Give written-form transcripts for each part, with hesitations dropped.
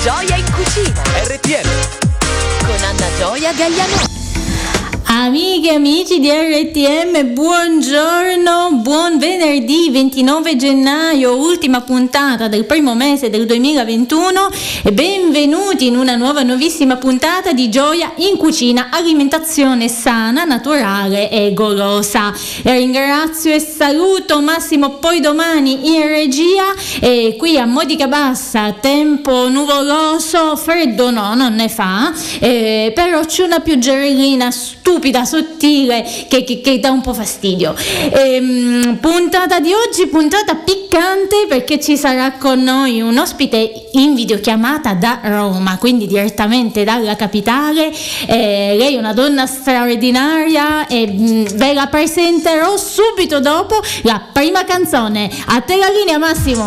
Gioia in cucina. RTM Con Anna Gioia Gagliano. Amiche e amici di RTM, buongiorno, buon venerdì 29 gennaio, ultima puntata del primo mese del 2021 e benvenuti in una nuovissima puntata di Gioia in Cucina, alimentazione sana, naturale e golosa. E ringrazio e saluto Massimo Poi Domani in regia e qui a Modica Bassa, tempo nuvoloso, freddo no, non ne fa, però c'è una pioggerellina stupida, sottile, che dà un po' fastidio. Puntata di oggi, puntata piccante, perché ci sarà con noi un ospite in videochiamata da Roma, quindi direttamente dalla capitale. Lei è una donna straordinaria e ve la presenterò subito dopo la prima canzone. A te la linea, Massimo.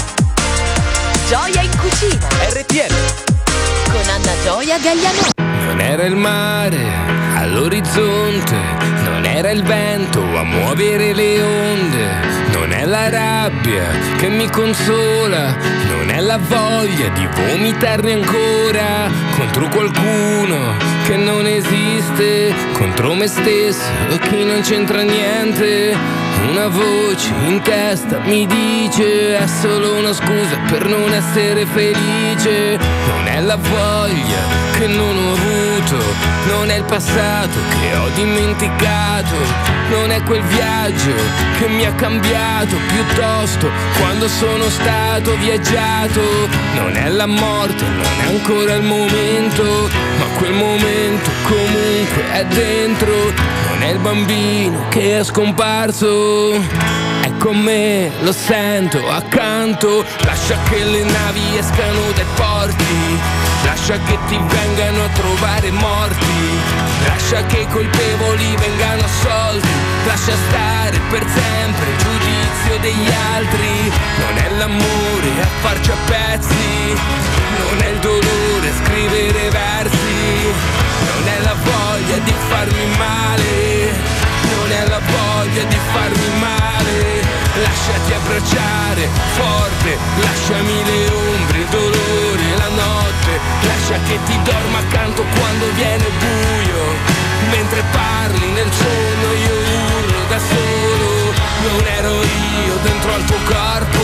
Gioia in cucina. RTM Con Anna Gioia Gagliano. Non era il mare all'orizzonte, non era il vento a muovere le onde, non è la rabbia che mi consola, non è la voglia di vomitarne ancora contro qualcuno che non esiste, contro me stesso che non c'entra niente. Una voce in testa mi dice è solo una scusa per non essere felice. Non è la voglia che non ho avuto, non è il passato che ho dimenticato, non è quel viaggio che mi ha cambiato, piuttosto quando sono stato viaggiato. Non è la morte, non è ancora il momento, ma quel momento comunque è dentro. Non è il bambino che è scomparso, è con me, lo sento accanto. Lascia che le navi escano dai porti, lascia che ti vengano a trovare morti, lascia che i colpevoli vengano assolti, lascia stare per sempre il giudizio degli altri. Non è l'amore a farci a pezzi, non è il dolore a scrivere versi, non è la voglia di farmi male, non è la voglia di farmi male. Lasciati abbracciare forte, lasciami le ombre, il dolore, la notte, lascia che ti dorma accanto quando viene buio, mentre parli nel sonno io urlo da solo. Non ero io dentro al tuo corpo,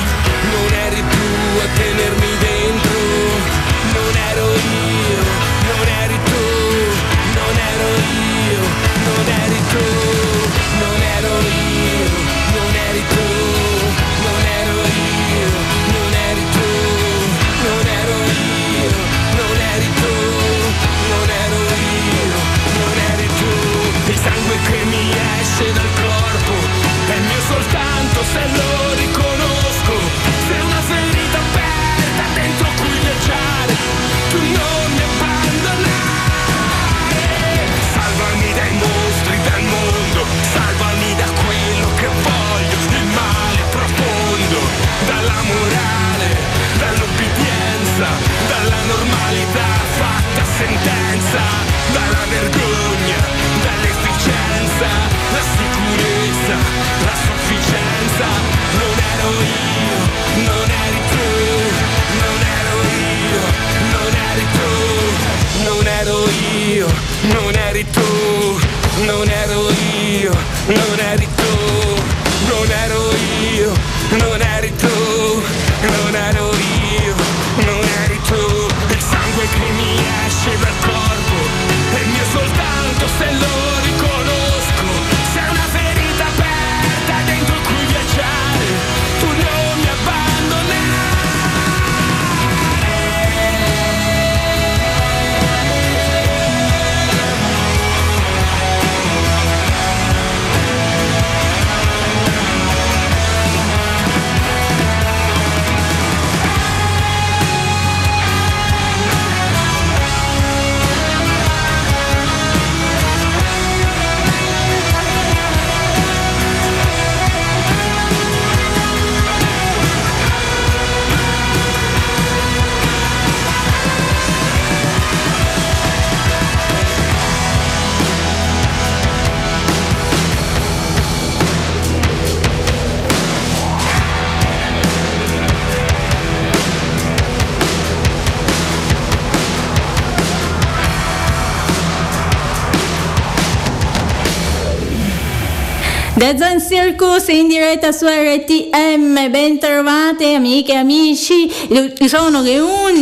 non eri tu a tenermi dentro, non ero io, non eri tu, non ero io, non eri tu, non ero io, non eri tu, non ero io, non eri tu, non ero io, non eri tu. The Zen Circus in diretta su RTM, ben trovate amiche e amici, sono le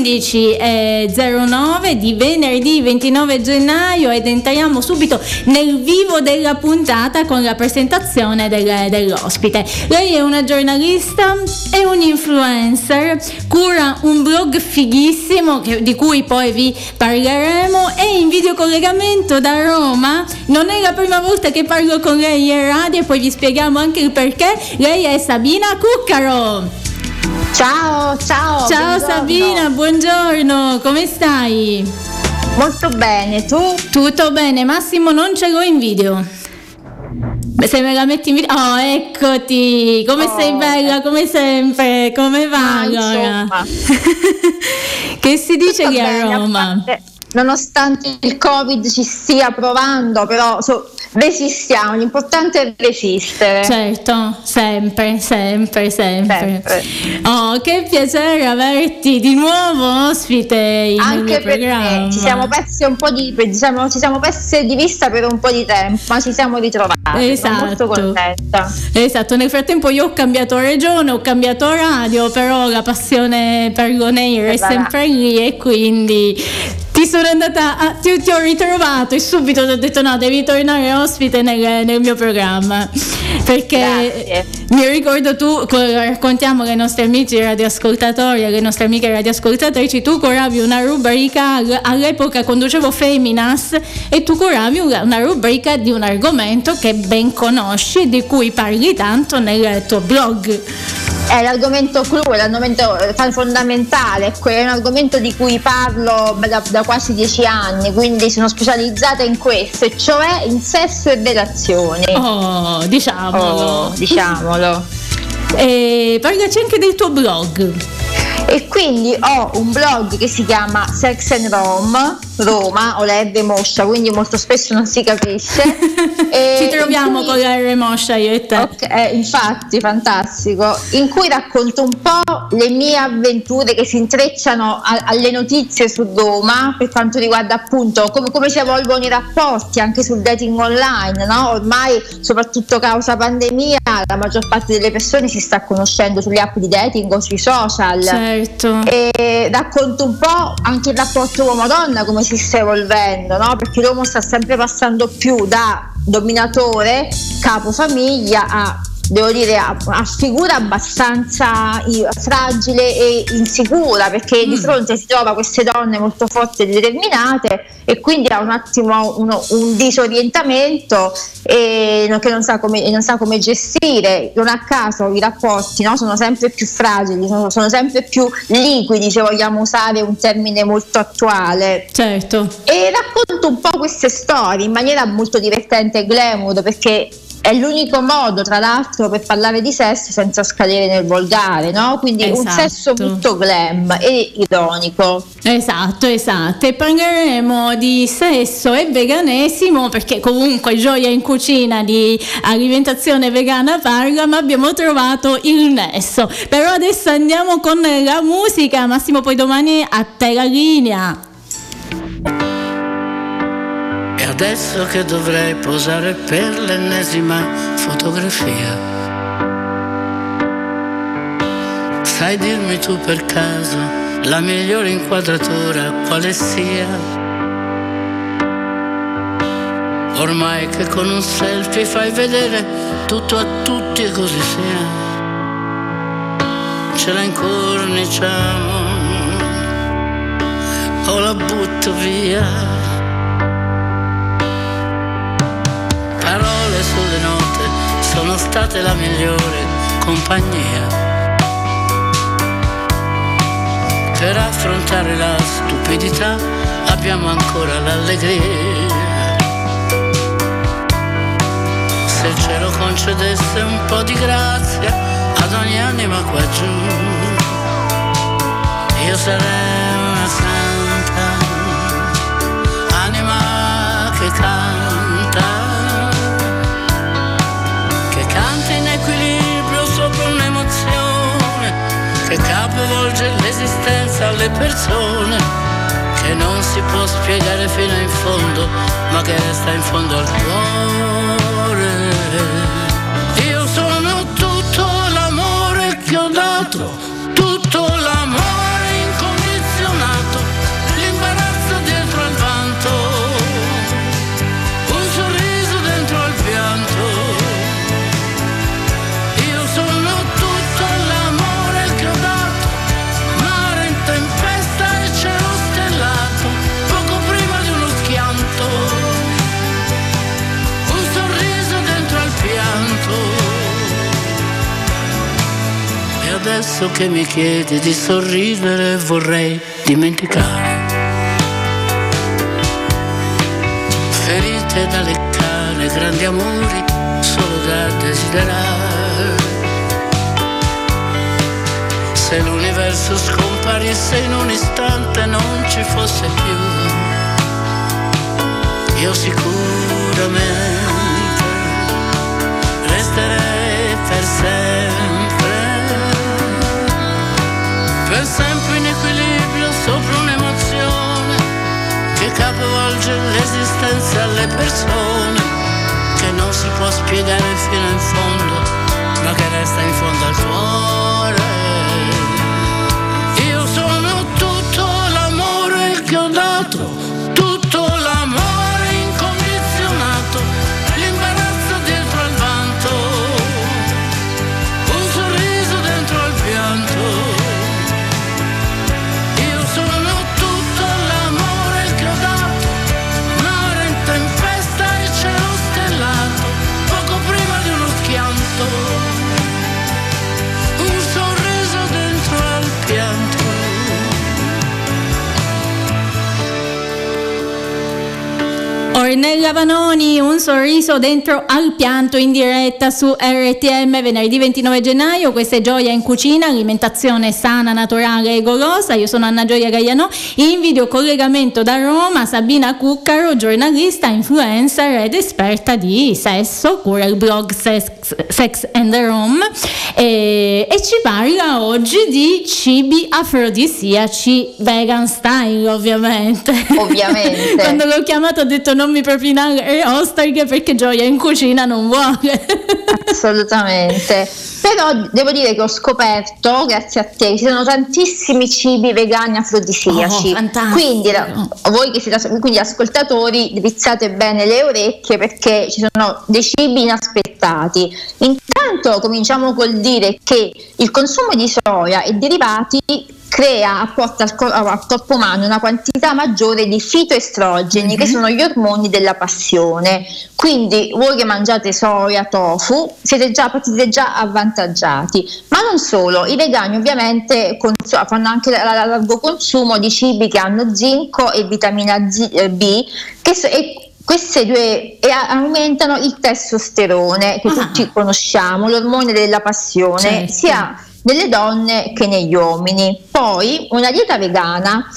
11.09 di venerdì 29 gennaio ed entriamo subito nel vivo della puntata con la presentazione dell'ospite. Lei è una giornalista e un influencer, cura un blog fighissimo di cui poi vi parleremo, è in videocollegamento da Roma, non è la prima volta che parlo con lei in radio, poi vi spieghiamo anche il perché. Lei è Sabina Cuccaro. Ciao buongiorno. Sabina, buongiorno, come stai? Molto bene, tu? Tutto bene, Massimo non ce l'ho in video. Se me la metti in video. Oh, eccoti, come sei bella, come sempre, come va allora? Che si dice tutto lì bene, a Roma? Nonostante il Covid ci stia provando, però resistiamo, l'importante è resistere. Certo, sempre. Oh, che piacere averti di nuovo ospite nel mio programma. Ci siamo persi ci siamo perse di vista per un po' di tempo, ma ci siamo ritrovati. Esatto. Sono molto contenta. Esatto, nel frattempo io ho cambiato regione, ho cambiato radio, però la passione per l'on-air è sempre lì e quindi ti sono andata ti ho ritrovato e subito ti ho detto no, devi tornare ospite nel mio programma, perché grazie. Mi ricordo raccontiamo ai nostri amici radioascoltatori, alle nostre amiche radioascoltatrici, tu curavi una rubrica, all'epoca conducevo Feminas e tu curavi una rubrica di un argomento che ben conosci e di cui parli tanto nel tuo blog. È l'argomento clou, è l'argomento fondamentale, è un argomento di cui parlo da quasi 10 anni, quindi sono specializzata in questo, e cioè in sesso e relazioni. Diciamolo. E parlaci anche del tuo blog. E quindi ho un blog che si chiama Sex and Roma o la R moscia, quindi molto spesso non si capisce. Ci troviamo con la R moscia io e te. Okay, infatti, fantastico. In cui racconto un po' le mie avventure che si intrecciano alle notizie su Roma, per quanto riguarda appunto come si evolvono i rapporti anche sul dating online, no? Ormai, soprattutto causa pandemia, la maggior parte delle persone si sta conoscendo sulle app di dating o sui social. Certo. E racconto un po' anche il rapporto uomo-donna, come si sta evolvendo, no? Perché l'uomo sta sempre passando più da dominatore, capofamiglia, a figura abbastanza fragile e insicura, perché di fronte si trova queste donne molto forti e determinate e quindi ha un attimo un disorientamento che non sa come gestire. Non a caso i rapporti, no, sono sempre più fragili, sono sempre più liquidi, se vogliamo usare un termine molto attuale. Certo. E racconto un po' queste storie in maniera molto divertente e glamour, perché è l'unico modo, tra l'altro, per parlare di sesso senza scadere nel volgare, no? Quindi un sesso molto glam e ironico. Esatto. E parleremo di sesso e veganesimo, perché comunque Gioia in Cucina di alimentazione vegana parla, ma abbiamo trovato il nesso. Però adesso andiamo con la musica. Massimo, poi domani a te la linea. Adesso che dovrei posare per l'ennesima fotografia, sai dirmi tu per caso la migliore inquadratura quale sia? Ormai che con un selfie fai vedere tutto a tutti e così sia, ce la incorniciamo o la butto via. Parole sulle note sono state la migliore compagnia per affrontare la stupidità, abbiamo ancora l'allegria. Se il cielo concedesse un po' di grazia ad ogni anima qua giù, io sarei una santa anima che canta in equilibrio sopra un'emozione che capovolge l'esistenza alle persone, che non si può spiegare fino in fondo, ma che resta in fondo al cuore. dato tutto l'amore incondizionato, l'imbarazzo dietro al vanto, un sorriso dentro al pianto. Io sono tutto l'amore che ho dato, mare in tempesta e cielo stellato, poco prima di uno schianto, un sorriso dentro al pianto. E adesso che mi chiedi di sorridere vorrei dimenticare, ferite da leccare, grandi amori solo da desiderare. Se l'universo scomparisse in un istante, non ci fosse più, io sicuramente resterei per sempre in equilibrio sopra un'emozione che capovolge l'esistenza alle persone, che non si può spiegare fino in fondo, ma che resta in fondo al cuore. Io sono tutto l'amore che ho dato, tutto l'amore incondizionato, l'imbarazzo dietro al vanto, un sorriso dentro al pianto. Ornella Vanoni, un sorriso dentro al pianto, in diretta su RTM venerdì 29 gennaio. Questa è Gioia in Cucina, alimentazione sana, naturale e golosa. Io sono Anna Gioia Gaglianò, in video collegamento da Roma Sabina Cuccaro, giornalista, influencer ed esperta di sesso, cura il blog Sex and the Room, e ci parla oggi di cibi afrodisiaci vegan style, ovviamente. Quando l'ho chiamato ho detto non mi propinare ostrighe perché Gioia in Cucina non vuole. Assolutamente. Però devo dire che ho scoperto, grazie a te, ci sono tantissimi cibi vegani afrodisiaci. Quindi voi che siete, quindi ascoltatori, drizzate bene le orecchie perché ci sono dei cibi inaspettati. Intanto cominciamo col dire che il consumo di soia e derivati apporta al corpo umano una quantità maggiore di fitoestrogeni, che sono gli ormoni della passione. Quindi voi che mangiate soia, tofu, partite già avvantaggiati. Ma non solo, i vegani ovviamente fanno anche largo consumo di cibi che hanno zinco e vitamina B, queste due aumentano il testosterone, che tutti conosciamo, l'ormone della passione, sia nelle donne che negli uomini. Poi una dieta vegana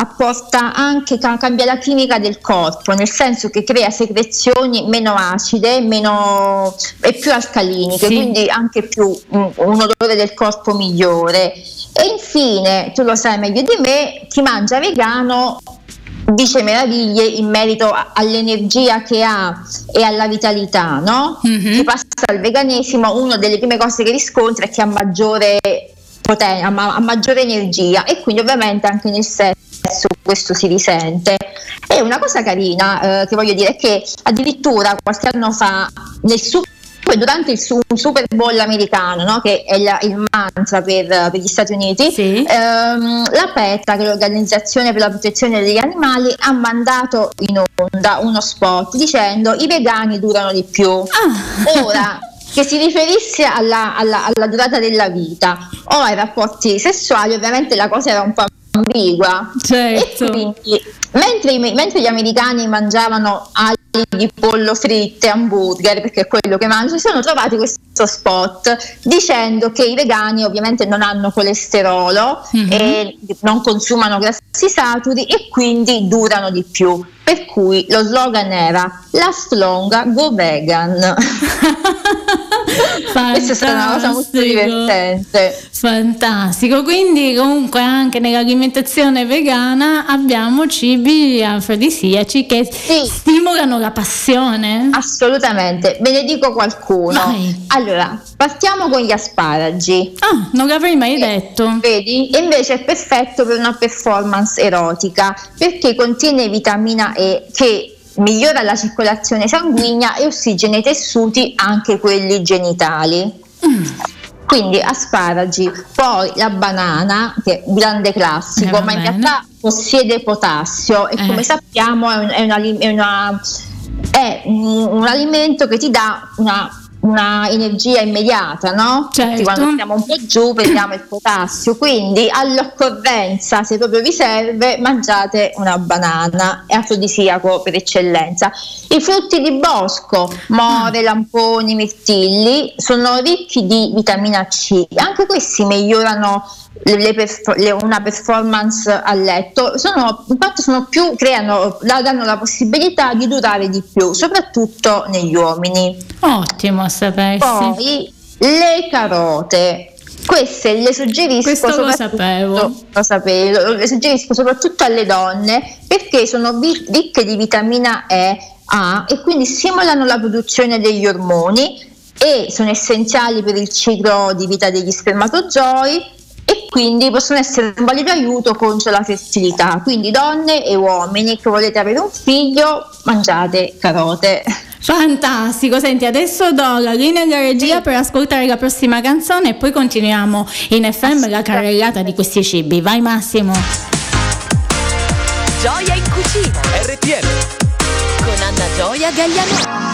cambia la chimica del corpo, nel senso che crea secrezioni meno acide e più alcaliniche, quindi anche un odore del corpo migliore. E infine, tu lo sai meglio di me, chi mangia vegano dice meraviglie in merito all'energia che ha e alla vitalità, no? Chi passa al veganesimo, una delle prime cose che riscontra è che ha maggiore potenza, ha maggiore energia, e quindi ovviamente anche nel sesso questo si risente. E una cosa carina che voglio dire è che addirittura qualche anno fa durante il Super Bowl americano, no, che è il mantra per gli Stati Uniti, la PETA, che è l'Organizzazione per la protezione degli animali, ha mandato in onda uno spot dicendo i vegani durano di più. Ora, che si riferisse alla durata della vita o ai rapporti sessuali, ovviamente la cosa era un po' ambigua. E quindi mentre gli americani mangiavano ali di pollo fritte, hamburger, perché è quello che mangiano, si sono trovati questo spot dicendo che i vegani ovviamente non hanno colesterolo e non consumano grassi saturi e quindi durano di più. Per cui lo slogan era Last Long, Go Vegan. Questa è stata una cosa molto divertente. Fantastico, quindi comunque anche nell'alimentazione vegana abbiamo cibi afrodisiaci che stimolano la passione. Assolutamente, ve ne dico qualcuno. Vai. Allora, partiamo con gli asparagi. Ah, non l'avrei mai detto. Vedi? E invece è perfetto per una performance erotica perché contiene vitamina E che migliora la circolazione sanguigna e ossigena i tessuti, anche quelli genitali. Quindi asparagi, poi la banana, che è un grande classico, ma in realtà possiede potassio e come sappiamo è un alimento che ti dà una energia immediata, no? Certo. Quando stiamo un po' giù prendiamo il potassio, quindi all'occorrenza, se proprio vi serve, mangiate una banana, è afrodisiaco per eccellenza. I frutti di bosco, more, lamponi, mirtilli, sono ricchi di vitamina C, anche questi migliorano una performance a letto, danno la possibilità di durare di più, soprattutto negli uomini. Ottimo a sapersi. Poi le carote, queste le suggerisco le suggerisco soprattutto alle donne perché sono ricche di vitamina A e quindi stimolano la produzione degli ormoni e sono essenziali per il ciclo di vita degli spermatozoi e quindi possono essere un valido aiuto contro la fertilità. Quindi donne e uomini che volete avere un figlio, mangiate carote. Fantastico, senti, adesso do la linea alla regia per ascoltare la prossima canzone e poi continuiamo in FM la carrellata di questi cibi. Vai Massimo. Gioia in cucina. RTL. Con Anna Gioia Gagliano.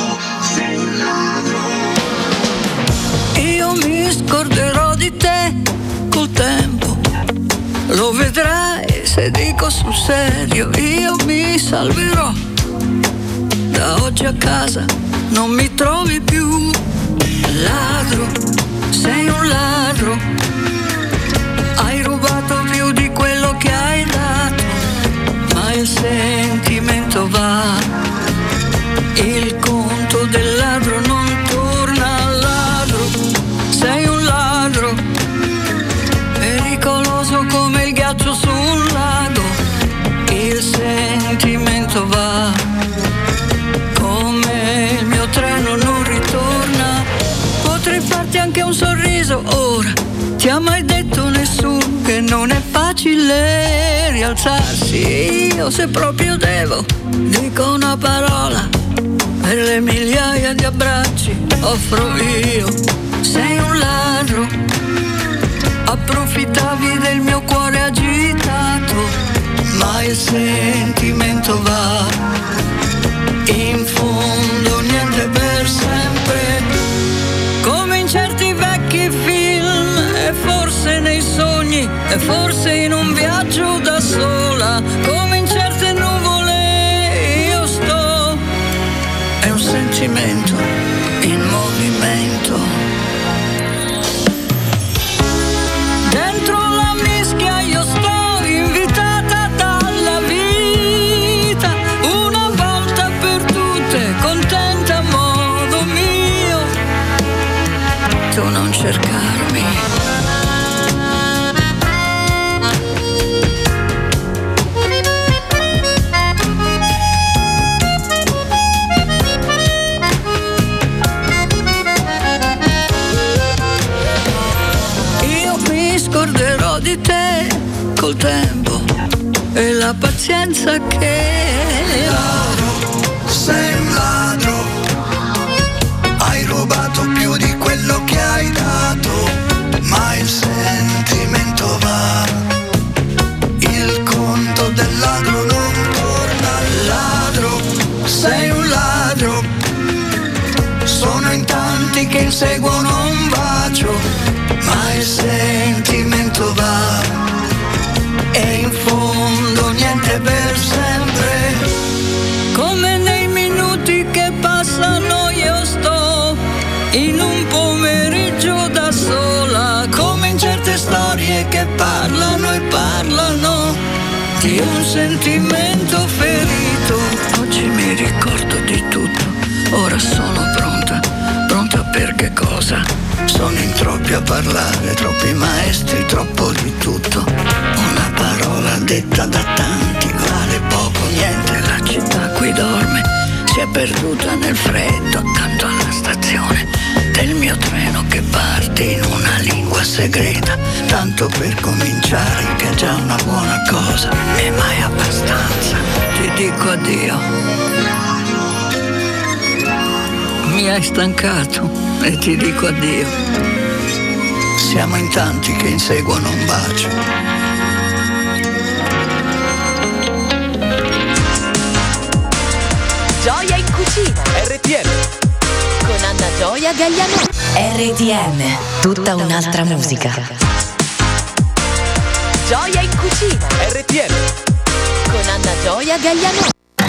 Io mi scorderò di te col tempo, lo vedrai se dico sul serio, io mi salverò. Da oggi a casa non mi trovi più. Ladro, sei un ladro, hai rubato più di quello che hai dato, ma il sentimento va, il conto del ladro non torna al ladro. Sei un ladro, pericoloso come il ghiaccio su un lago, il sentimento va, come il mio treno non ritorna. Potrei farti anche un sorriso ora, ti ha mai detto nessuno che non è facile rialzarsi? Io se proprio devo dico una parola, per le migliaia di abbracci offro io. Sei un ladro, approfittavi del mio cuore agitato, ma il sentimento va, in fondo niente per sempre, come in certi vecchi film, e forse nei sogni, e forse in un viaggio da sola, come in certe nuvole io sto, è un sentimento in movimento. Dentro la mischia io sto, invitata dalla vita, una volta per tutte, contenta a modo mio. Tu non cercarmi. Scorderò di te col tempo e la pazienza che ladro, sei un ladro, hai rubato più di quello che hai dato, ma il sentimento va, il conto del ladro non torna al ladro. Sei un ladro, sono in tanti che inseguono un bacio, ma il sentimento va, e in fondo niente per sempre, come nei minuti che passano io sto, in un pomeriggio da sola, come in certe storie che parlano e parlano di un sentimento ferito. Oggi mi ricordo di tutto, ora sono pronta per che cosa? Sono in troppi a parlare, troppi maestri, troppo di tutto. Una parola detta da tanti vale poco, niente. La città qui dorme, si è perduta nel freddo accanto alla stazione del mio treno che parte in una lingua segreta. Tanto per cominciare, che è già una buona cosa, e mai abbastanza. Ti dico addio. Mi hai stancato e ti dico addio. Siamo in tanti che inseguono un bacio. Gioia in cucina. RTM. Con Anna Gioia Gagliano. RTM, tutta un'altra musica. Gioia in cucina. RTM. Con Anna Gioia Gagliano.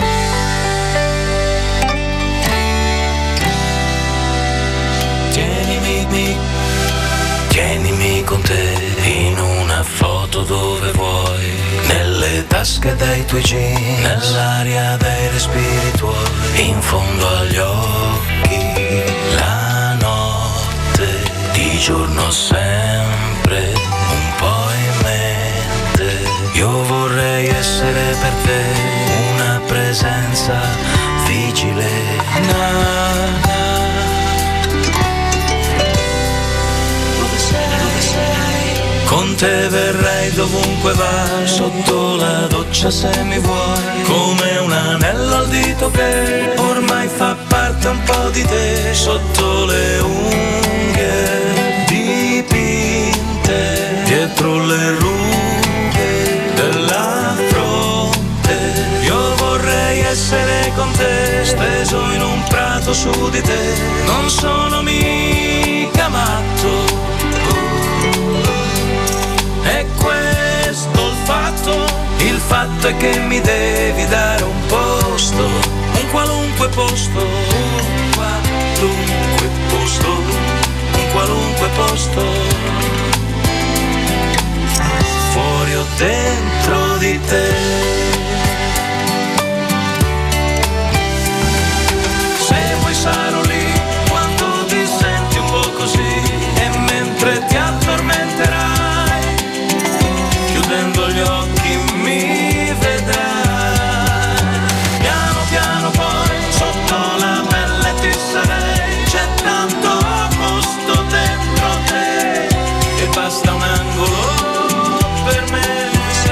Tienimi con te in una foto dove vuoi, nelle tasche dei tuoi jeans, nell'aria dei respiri tuoi, in fondo agli occhi, la notte, di giorno sempre, un po' in mente. Io vorrei essere per te una presenza vigile. Con te verrei dovunque vai, sotto la doccia se mi vuoi, come un anello al dito che ormai fa parte un po' di te, sotto le unghie dipinte, dietro le rughe della fronte. Io vorrei essere con te, steso in un prato su di te, non sono mica matto. E questo il fatto è che mi devi dare un posto, un qualunque posto, un qualunque posto, un qualunque posto, fuori o dentro di te. Se vuoi sarò lì quando ti senti un po' così, e mentre ti addormenterai, chiudendo gli occhi mi vedrai. Piano piano poi sotto la pelle ti sarei, c'è tanto posto dentro te e basta un angolo per me.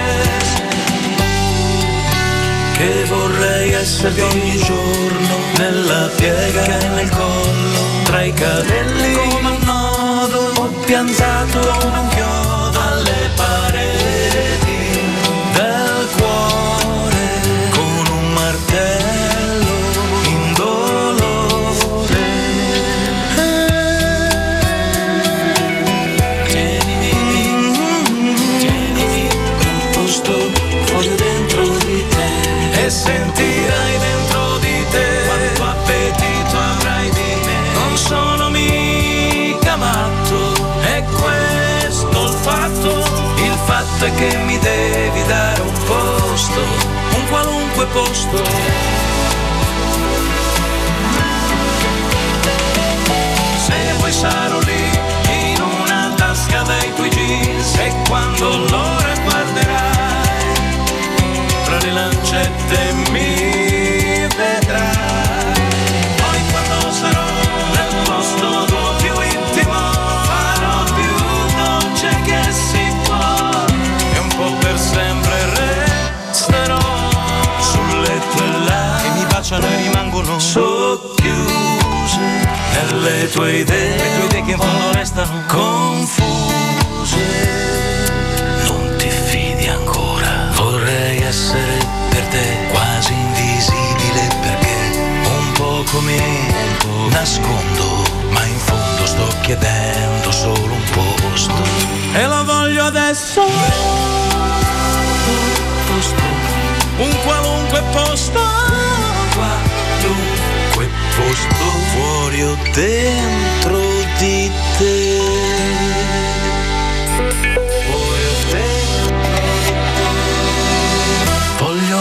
Che vorrei essere ogni giorno, nella piega e nel collo, tra i capelli come un nodo, ho piantato come un chiodo alle pareti del cuore, con un martello indolore. Tienimi un posto fuori dentro di te, e sentirai dentro di te quanto appetito avrai di me. Non sono mica matto, è questo il fatto è che mi devi dare un posto, un qualunque posto. Se vuoi sarò lì in una tasca dei tuoi jeans, e quando l'ora guarderai tra le lancette mi vedrai. Poi quando sarò nel posto tuo più intimo, farò più dolce che si può, e un po' per sempre resterò sul letto, e là che mi baciano e rimangono socchiuse nelle tue idee, le tue idee che in fondo restano confuse. Non ti fidi ancora, vorrei essere per te quasi invisibile, perché un poco mi nascondo, ma in fondo sto chiedendo solo un posto, e lo voglio adesso. Un qualunque posto, qualunque posto, fuori o dentro di te. Fuori o dentro. Voglio un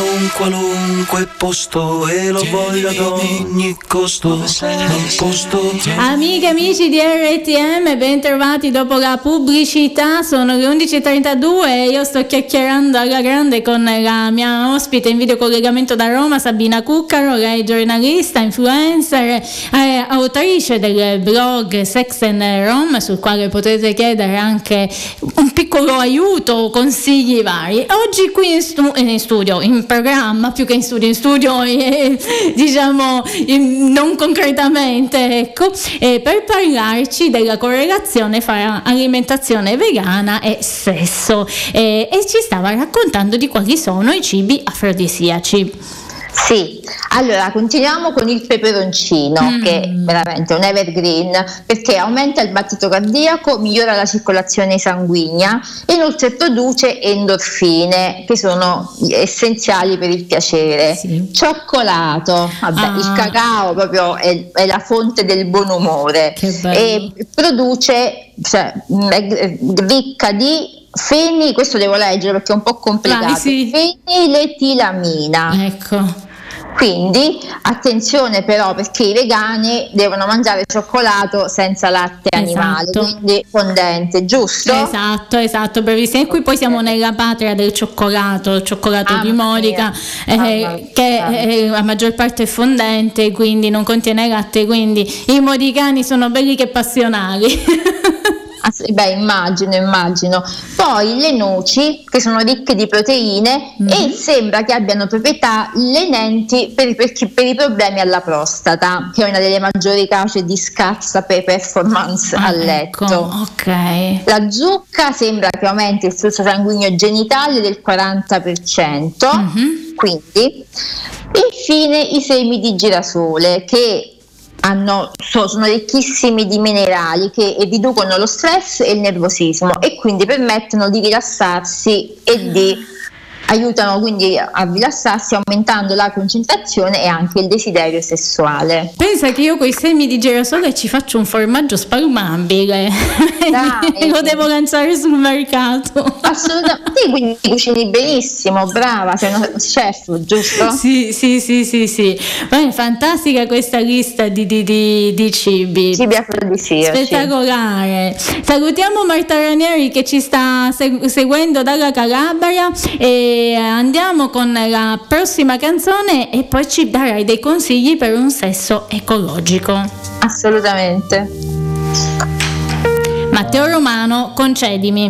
qualunque posto e lo voglio ad ogni costo. Un posto. Amiche e amici di RTM, ben trovati dopo la pubblicità. Sono le 11.32 e io sto chiacchierando alla grande con la mia ospite in videocollegamento da Roma, Sabina Cuccaro. Lei è giornalista, influencer, autrice del blog Sex and Rom, sul quale potete chiedere anche un piccolo aiuto, consigli vari. Oggi qui in studio, in programma, più che in studio diciamo non concretamente, ecco, per parlarci della correlazione fra alimentazione vegana e sesso, e ci stava raccontando di quali sono i cibi afrodisiaci. Sì, allora continuiamo con il peperoncino, che è veramente un evergreen, perché aumenta il battito cardiaco, migliora la circolazione sanguigna e inoltre produce endorfine, che sono essenziali per il piacere. Sì. Cioccolato, il cacao proprio è la fonte del buon umore, e produce, cioè, è ricca di questo devo leggere perché è un po' complicato. Sì. Feniletilamina. Ecco. Quindi attenzione però, perché i vegani devono mangiare cioccolato senza latte animale, quindi fondente, giusto? Esatto, bravissimo. E qui poi siamo nella patria del cioccolato, il cioccolato di Modica, che la maggior parte è fondente, quindi non contiene latte, quindi i modicani sono belli che passionali. Beh, immagino. Poi le noci, che sono ricche di proteine e sembra che abbiano proprietà lenenti per i problemi alla prostata, che è una delle maggiori cause di scarsa performance a letto. Ecco, ok. La zucca sembra che aumenti il flusso sanguigno genitale del 40%, quindi. Infine i semi di girasole, che sono ricchissimi di minerali che riducono lo stress e il nervosismo, e quindi permettono di rilassarsi e aiutano quindi a rilassarsi, aumentando la concentrazione e anche il desiderio sessuale. Pensa che io con i semi di girasole ci faccio un formaggio spalmabile. E lo devo lanciare sul mercato. Assolutamente. Quindi cucini benissimo, brava, sei una chef, giusto? Sì. Ma è fantastica questa lista di cibi afrodisiaci. spettacolare. Salutiamo Marta Ranieri che ci sta seguendo dalla Calabria, e andiamo con la prossima canzone e poi ci darai dei consigli per un sesso ecologico. Assolutamente. Matteo Romano, Concedimi.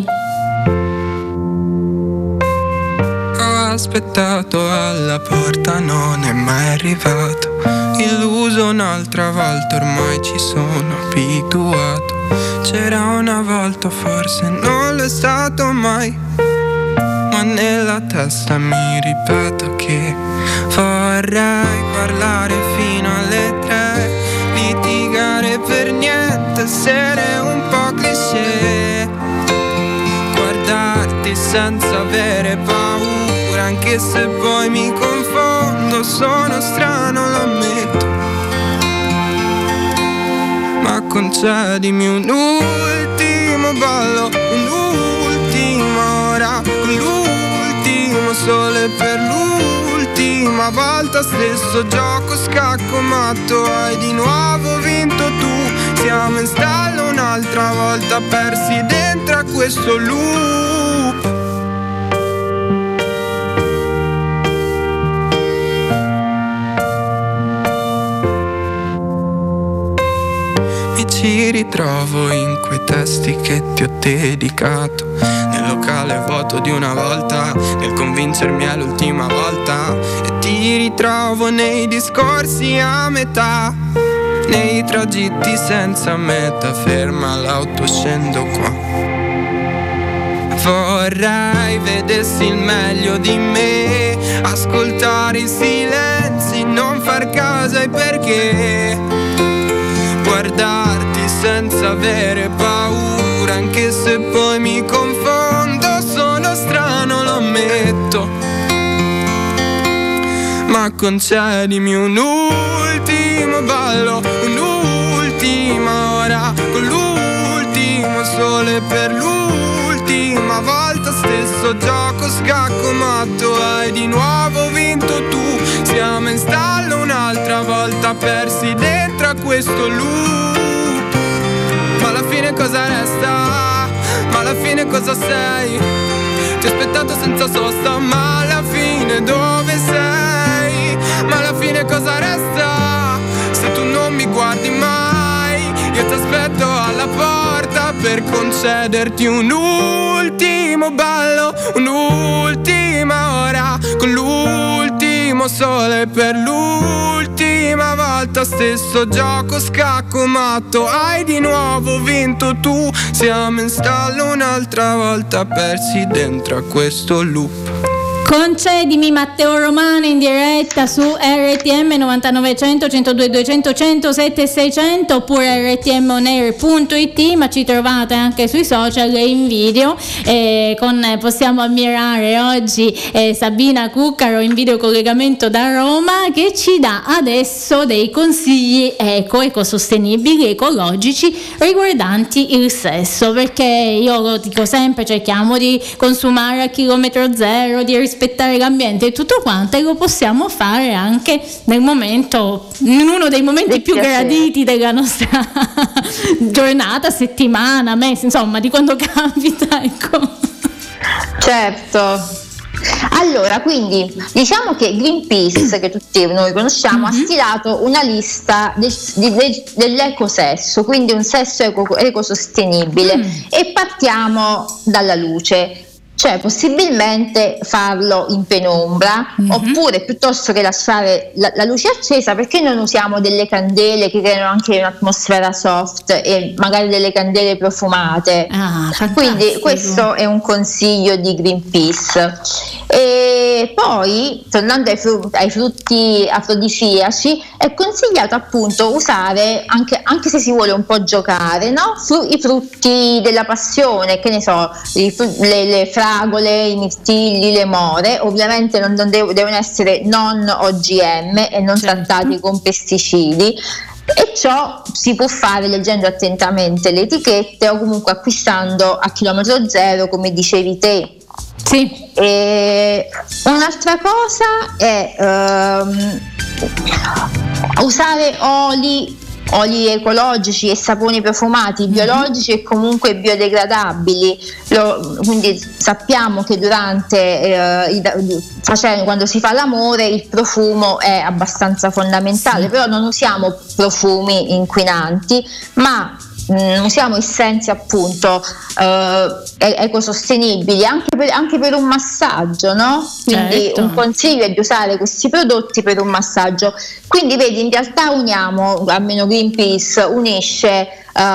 Ho aspettato alla porta, non è mai arrivato. Illuso un'altra volta, ormai ci sono abituato. C'era una volta, forse non l'è stato mai. Ma nella testa mi ripeto che vorrei parlare fino alle 3, litigare per niente, essere un po' cliché, guardarti senza avere paura, anche se poi mi confondo, sono strano, lo ammetto. Ma concedimi un ultimo ballo, un'ultima ora, l'ultimo sole per l'ultima volta, stesso gioco scacco matto, hai di nuovo vinto tu, siamo in stallo un'altra volta, persi dentro a questo loop. Ci ritrovo in quei testi che ti ho dedicato, nel locale vuoto di una volta, nel convincermi è l'ultima volta, e ti ritrovo nei discorsi a metà, nei tragitti senza meta, ferma l'auto, scendo qua. Vorrei vedessi il meglio di me, ascoltare i silenzi, non far caso ai perché, guardarti senza avere paura, anche se poi mi confondo, sono strano, lo ammetto. Ma concedimi un ultimo ballo, un'ultima ora, con l'ultimo sole per l'ultima volta, stesso gioco gioco scacco matto, hai di nuovo vinto tu. Siamo in stallo un'altra volta, persi dentro a questo loop. Ma alla fine cosa resta? Ma alla fine cosa sei? Ti ho aspettato senza sosta, ma alla fine dove sei? Ma alla fine cosa resta? Se tu non mi guardi mai, io ti aspetto alla porta per concederti un ultimo ballo, un'ultima ora con l'ultimo sole per l'ultima volta. Stesso gioco scacco matto, hai di nuovo vinto tu. Siamo in stallo un'altra volta, persi dentro a questo loop. Concedimi Matteo Romano in diretta su RTM 9900 102 200 107 600 oppure rtmonair.it, ma ci trovate anche sui social e in video. Possiamo ammirare oggi Sabina Cuccaro in video collegamento da Roma, che ci dà adesso dei consigli ecosostenibili, ecologici riguardanti il sesso, perché io lo dico sempre, cerchiamo di consumare a chilometro zero, di rispettare l'ambiente e tutto quanto, e lo possiamo fare anche in uno dei momenti più graditi della nostra giornata, settimana, mese, insomma, di quando capita, ecco. Certo. Allora, quindi diciamo che Greenpeace, che tutti noi conosciamo, ha stilato una lista dell'ecosesso, quindi un sesso ecosostenibile, e partiamo dalla luce. Cioè, possibilmente farlo in penombra, oppure piuttosto che lasciare la luce accesa, perché non usiamo delle candele che creano anche un'atmosfera soft e magari delle candele profumate. Quindi questo è un consiglio di Greenpeace. E poi, tornando ai frutti afrodisiaci, è consigliato appunto usare, anche se si vuole un po' giocare, no? I frutti della passione, che ne so, le fragole, i mirtilli, le more. Ovviamente non devono essere non OGM e non trattati con pesticidi, e ciò si può fare leggendo attentamente le etichette o comunque acquistando a chilometro zero, come dicevi te. Sì. E un'altra cosa è usare oli ecologici e saponi profumati biologici e comunque biodegradabili. Quindi sappiamo che quando si fa l'amore il profumo è abbastanza fondamentale, però non usiamo profumi inquinanti, ma usiamo essenze appunto ecosostenibili anche per un massaggio, no? Quindi un consiglio è di usare questi prodotti per un massaggio. Quindi vedi, in realtà uniamo, almeno Greenpeace unisce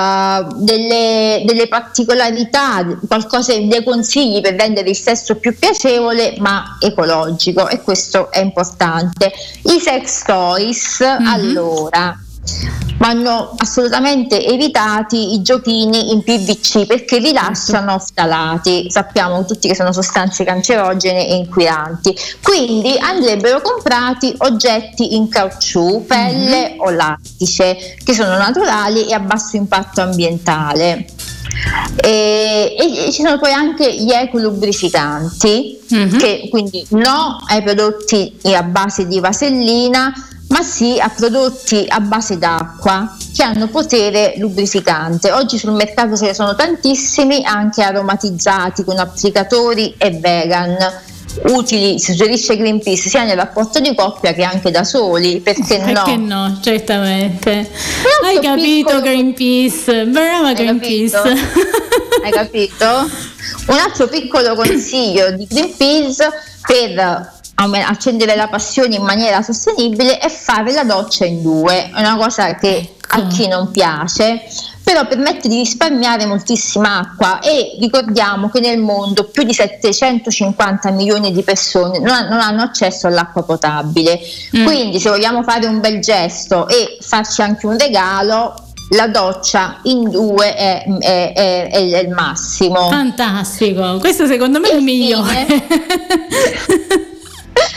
delle particolarità, dei consigli per rendere il sesso più piacevole ma ecologico, e questo è importante. I sex toys, allora, vanno assolutamente evitati i giochini in PVC, perché rilasciano ftalati, sappiamo tutti che sono sostanze cancerogene e inquinanti. Quindi andrebbero comprati oggetti in caucciù, pelle o lattice, che sono naturali e a basso impatto ambientale. E ci sono poi anche gli ecolubrificanti, che quindi no ai prodotti a base di vasellina, ma sì a prodotti a base d'acqua che hanno potere lubrificante. Oggi sul mercato ce ne sono tantissimi, anche aromatizzati con applicatori e vegan, utili, suggerisce Greenpeace, sia nel rapporto di coppia che anche da soli, perché no? Perché no, certamente. Hai capito, Greenpeace, brava Greenpeace. Hai capito? Un altro piccolo consiglio di Greenpeace per accendere la passione in maniera sostenibile è fare la doccia in due. È una cosa che a chi non piace, però permette di risparmiare moltissima acqua, e ricordiamo che nel mondo più di 750 milioni di persone non hanno accesso all'acqua potabile. Quindi se vogliamo fare un bel gesto e farci anche un regalo, la doccia in due è il massimo. Fantastico, questo secondo me è il migliore.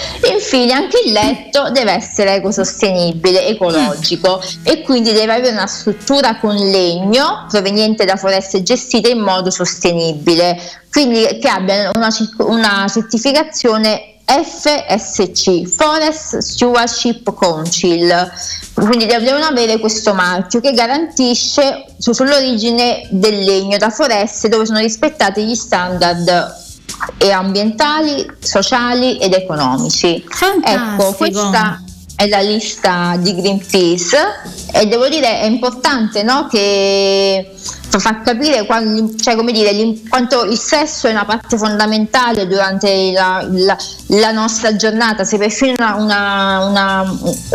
infine anche il letto deve essere ecosostenibile, ecologico, e quindi deve avere una struttura con legno proveniente da foreste gestite in modo sostenibile, quindi che abbia una certificazione FSC, Forest Stewardship Council, quindi devono avere questo marchio che garantisce sull'origine del legno da foreste dove sono rispettati gli standard ambientali, sociali ed economici. Fantastico. Ecco, questa è la lista di Greenpeace e devo dire è importante, no, che fa capire quanto il sesso è una parte fondamentale durante la nostra giornata. Se perfino una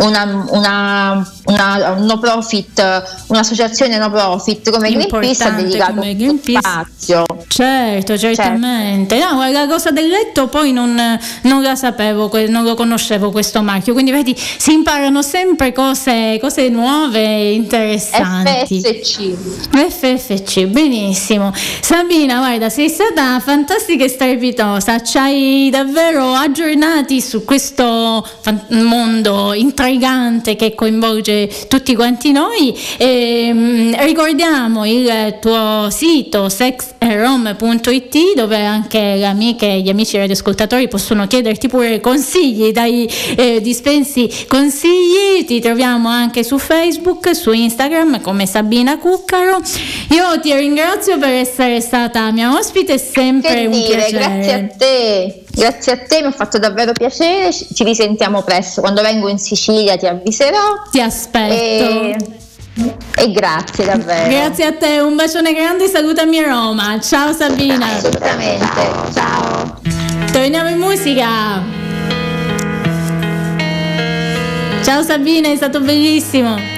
no profit, un'associazione no profit come Greenpeace ha dedicato spazio. Certo, certamente. No, la cosa del letto poi non la sapevo, non lo conoscevo questo marchio, quindi vedi, si imparano sempre cose nuove, interessanti. FSC, benissimo. Sabina, guarda, sei stata fantastica e strepitosa, ci hai davvero aggiornati su questo mondo intrigante che coinvolge tutti quanti noi. Ricordiamo il tuo sito sexandrom.it, dove anche le amiche e gli amici radioascoltatori possono chiederti pure consigli, dai dispensi consigli. Ti troviamo anche su Facebook, su Instagram come Sabina Cuccaro. Io ti ringrazio per essere stata mia ospite, è sempre un piacere. Grazie a te, mi ha fatto davvero piacere, ci risentiamo presto, quando vengo in Sicilia ti avviserò. Ti aspetto. E grazie davvero. Grazie a te, un bacione grande, salutami a Roma. Ciao Sabina. Assolutamente, ciao. Torniamo in musica. Ciao Sabina, è stato bellissimo.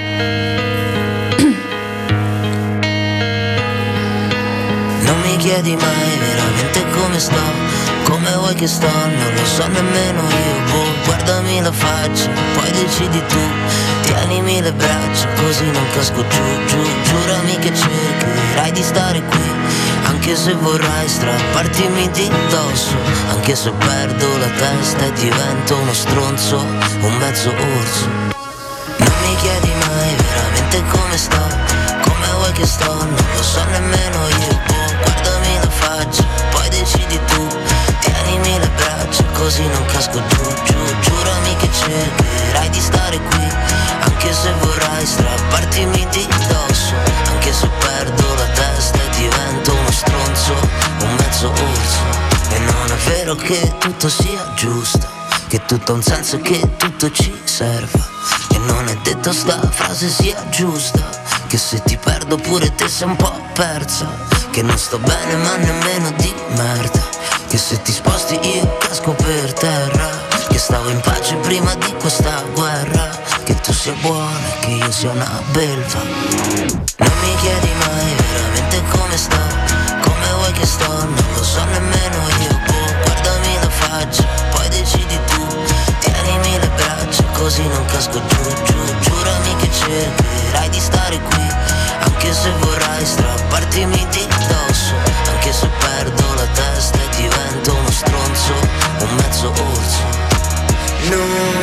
Non mi chiedi mai veramente come sto, come vuoi che sto, non lo so nemmeno io. Guardami la faccia, poi decidi tu, tienimi le braccia così non casco giù. Giurami che cercherai di stare qui, anche se vorrai strappartimi di dosso, anche se perdo la testa e divento uno stronzo, un mezzo orso. Non mi chiedi mai veramente come sto, come vuoi che sto, non lo so nemmeno io. Guardami la faccia, poi decidi tu, tienimi le braccia così non casco giù. Giurami che cercherai di stare qui, anche se vorrai strappartimi di dosso, anche se perdo la testa e divento uno stronzo, un mezzo orso. E non è vero che tutto sia giusto, che tutto ha un senso, che tutto ci serva. E non è detto sta frase sia giusta, che se ti perdo pure te sei un po' persa. Che non sto bene ma nemmeno di merda, che se ti sposti io casco per terra. Che stavo in pace prima di questa guerra, che tu sia buona e che io sia una belva. Non mi chiedi mai veramente come sto, come vuoi che sto, non lo so nemmeno io. Guardami la faccia, poi decidi tu, tienimi le braccia così non casco giù. Giurami che cercherai di stare qui, anche se vorrai strappartimi di dosso, anche se perdo la testa e divento uno stronzo, un mezzo orso. Non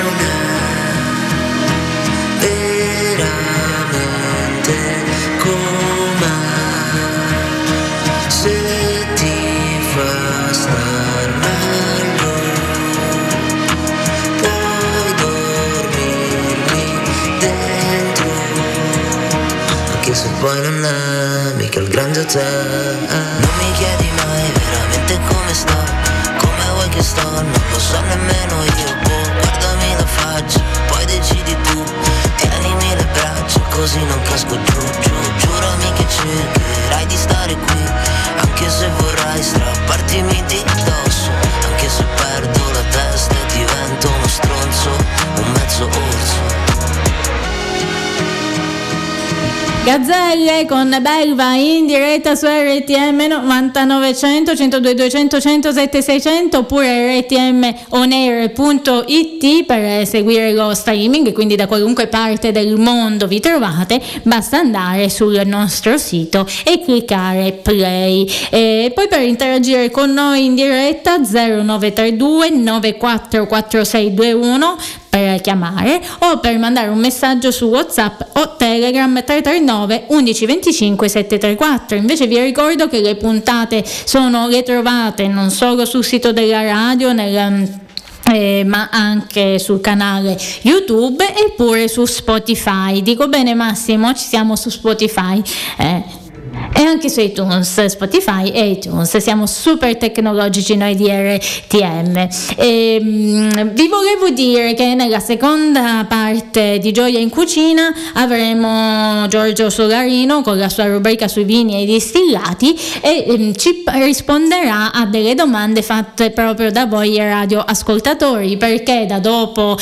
è veramente come se ti fa star meglio, puoi dormirmi dentro, anche se poi non è mica il grande hotel. Non mi chiedi mai veramente come sto, come vuoi che sto, non lo so nemmeno io. Guardami la faccia, poi decidi tu, tienimi le braccia così non casco giù. Giurami che cercherai di stare qui, anche se vorrai strappartimi di dosso, anche se perdo la testa e divento uno stronzo, un mezzo orso. Gazzelle con Belva in diretta su RTM 9900 102 200 107 600 oppure rtmonair.it per seguire lo streaming, quindi da qualunque parte del mondo vi trovate, basta andare sul nostro sito e cliccare play. E poi per interagire con noi in diretta 0932 944621 per chiamare o per mandare un messaggio su WhatsApp o Telegram 339 11 25 734. Invece vi ricordo che le puntate le trovate non solo sul sito della radio, ma anche sul canale YouTube e pure su Spotify. Dico bene, Massimo? Ci siamo su Spotify e anche su iTunes, Spotify e iTunes. Siamo super tecnologici noi di RTM. Vi volevo dire che nella seconda parte di Gioia in Cucina avremo Giorgio Solarino con la sua rubrica sui vini e i distillati e ci risponderà a delle domande fatte proprio da voi radioascoltatori, perché da dopo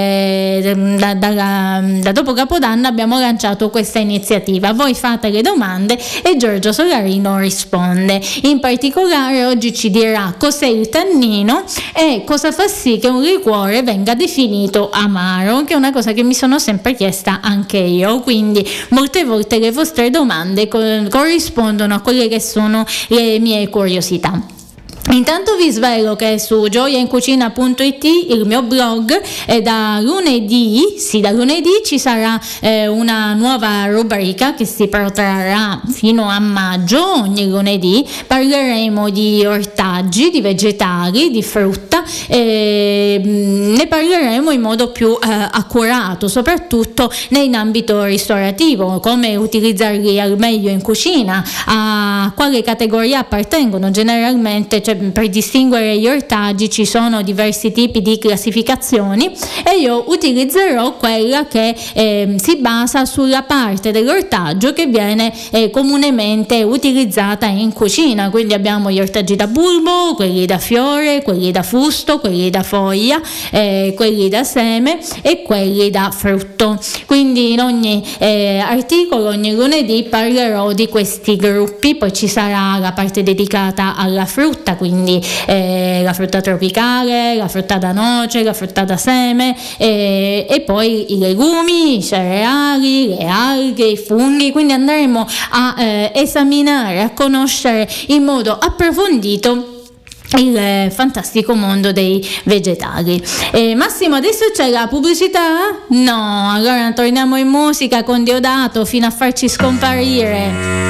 Capodanno abbiamo lanciato questa iniziativa. Voi fate le domande e Giorgio Solarino risponde. In particolare oggi ci dirà cos'è il tannino e cosa fa sì che un liquore venga definito amaro, che è una cosa che mi sono sempre chiesta anche io, quindi molte volte le vostre domande corrispondono a quelle che sono le mie curiosità. Intanto vi svelo che su gioiaincucina.it, il mio blog, da lunedì ci sarà una nuova rubrica che si protrarrà fino a maggio. Ogni lunedì parleremo di ortaggi, di vegetali, di frutta, ne parleremo in modo più accurato, soprattutto in ambito ristorativo, come utilizzarli al meglio in cucina, a quale categoria appartengono. Generalmente, per distinguere gli ortaggi ci sono diversi tipi di classificazioni e io utilizzerò quella che si basa sulla parte dell'ortaggio che viene comunemente utilizzata in cucina. Quindi abbiamo gli ortaggi da bulbo, quelli da fiore, quelli da fusto, quelli da foglia, quelli da seme e quelli da frutto. Quindi in ogni articolo, ogni lunedì parlerò di questi gruppi. Poi ci sarà la parte dedicata alla frutta, quindi la frutta tropicale, la frutta da noce, la frutta da seme e poi i legumi, i cereali, le alghe, i funghi. Quindi andremo a esaminare, a conoscere in modo approfondito il fantastico mondo dei vegetali. Massimo, adesso c'è la pubblicità? No, allora torniamo in musica con Diodato fino a farci scomparire.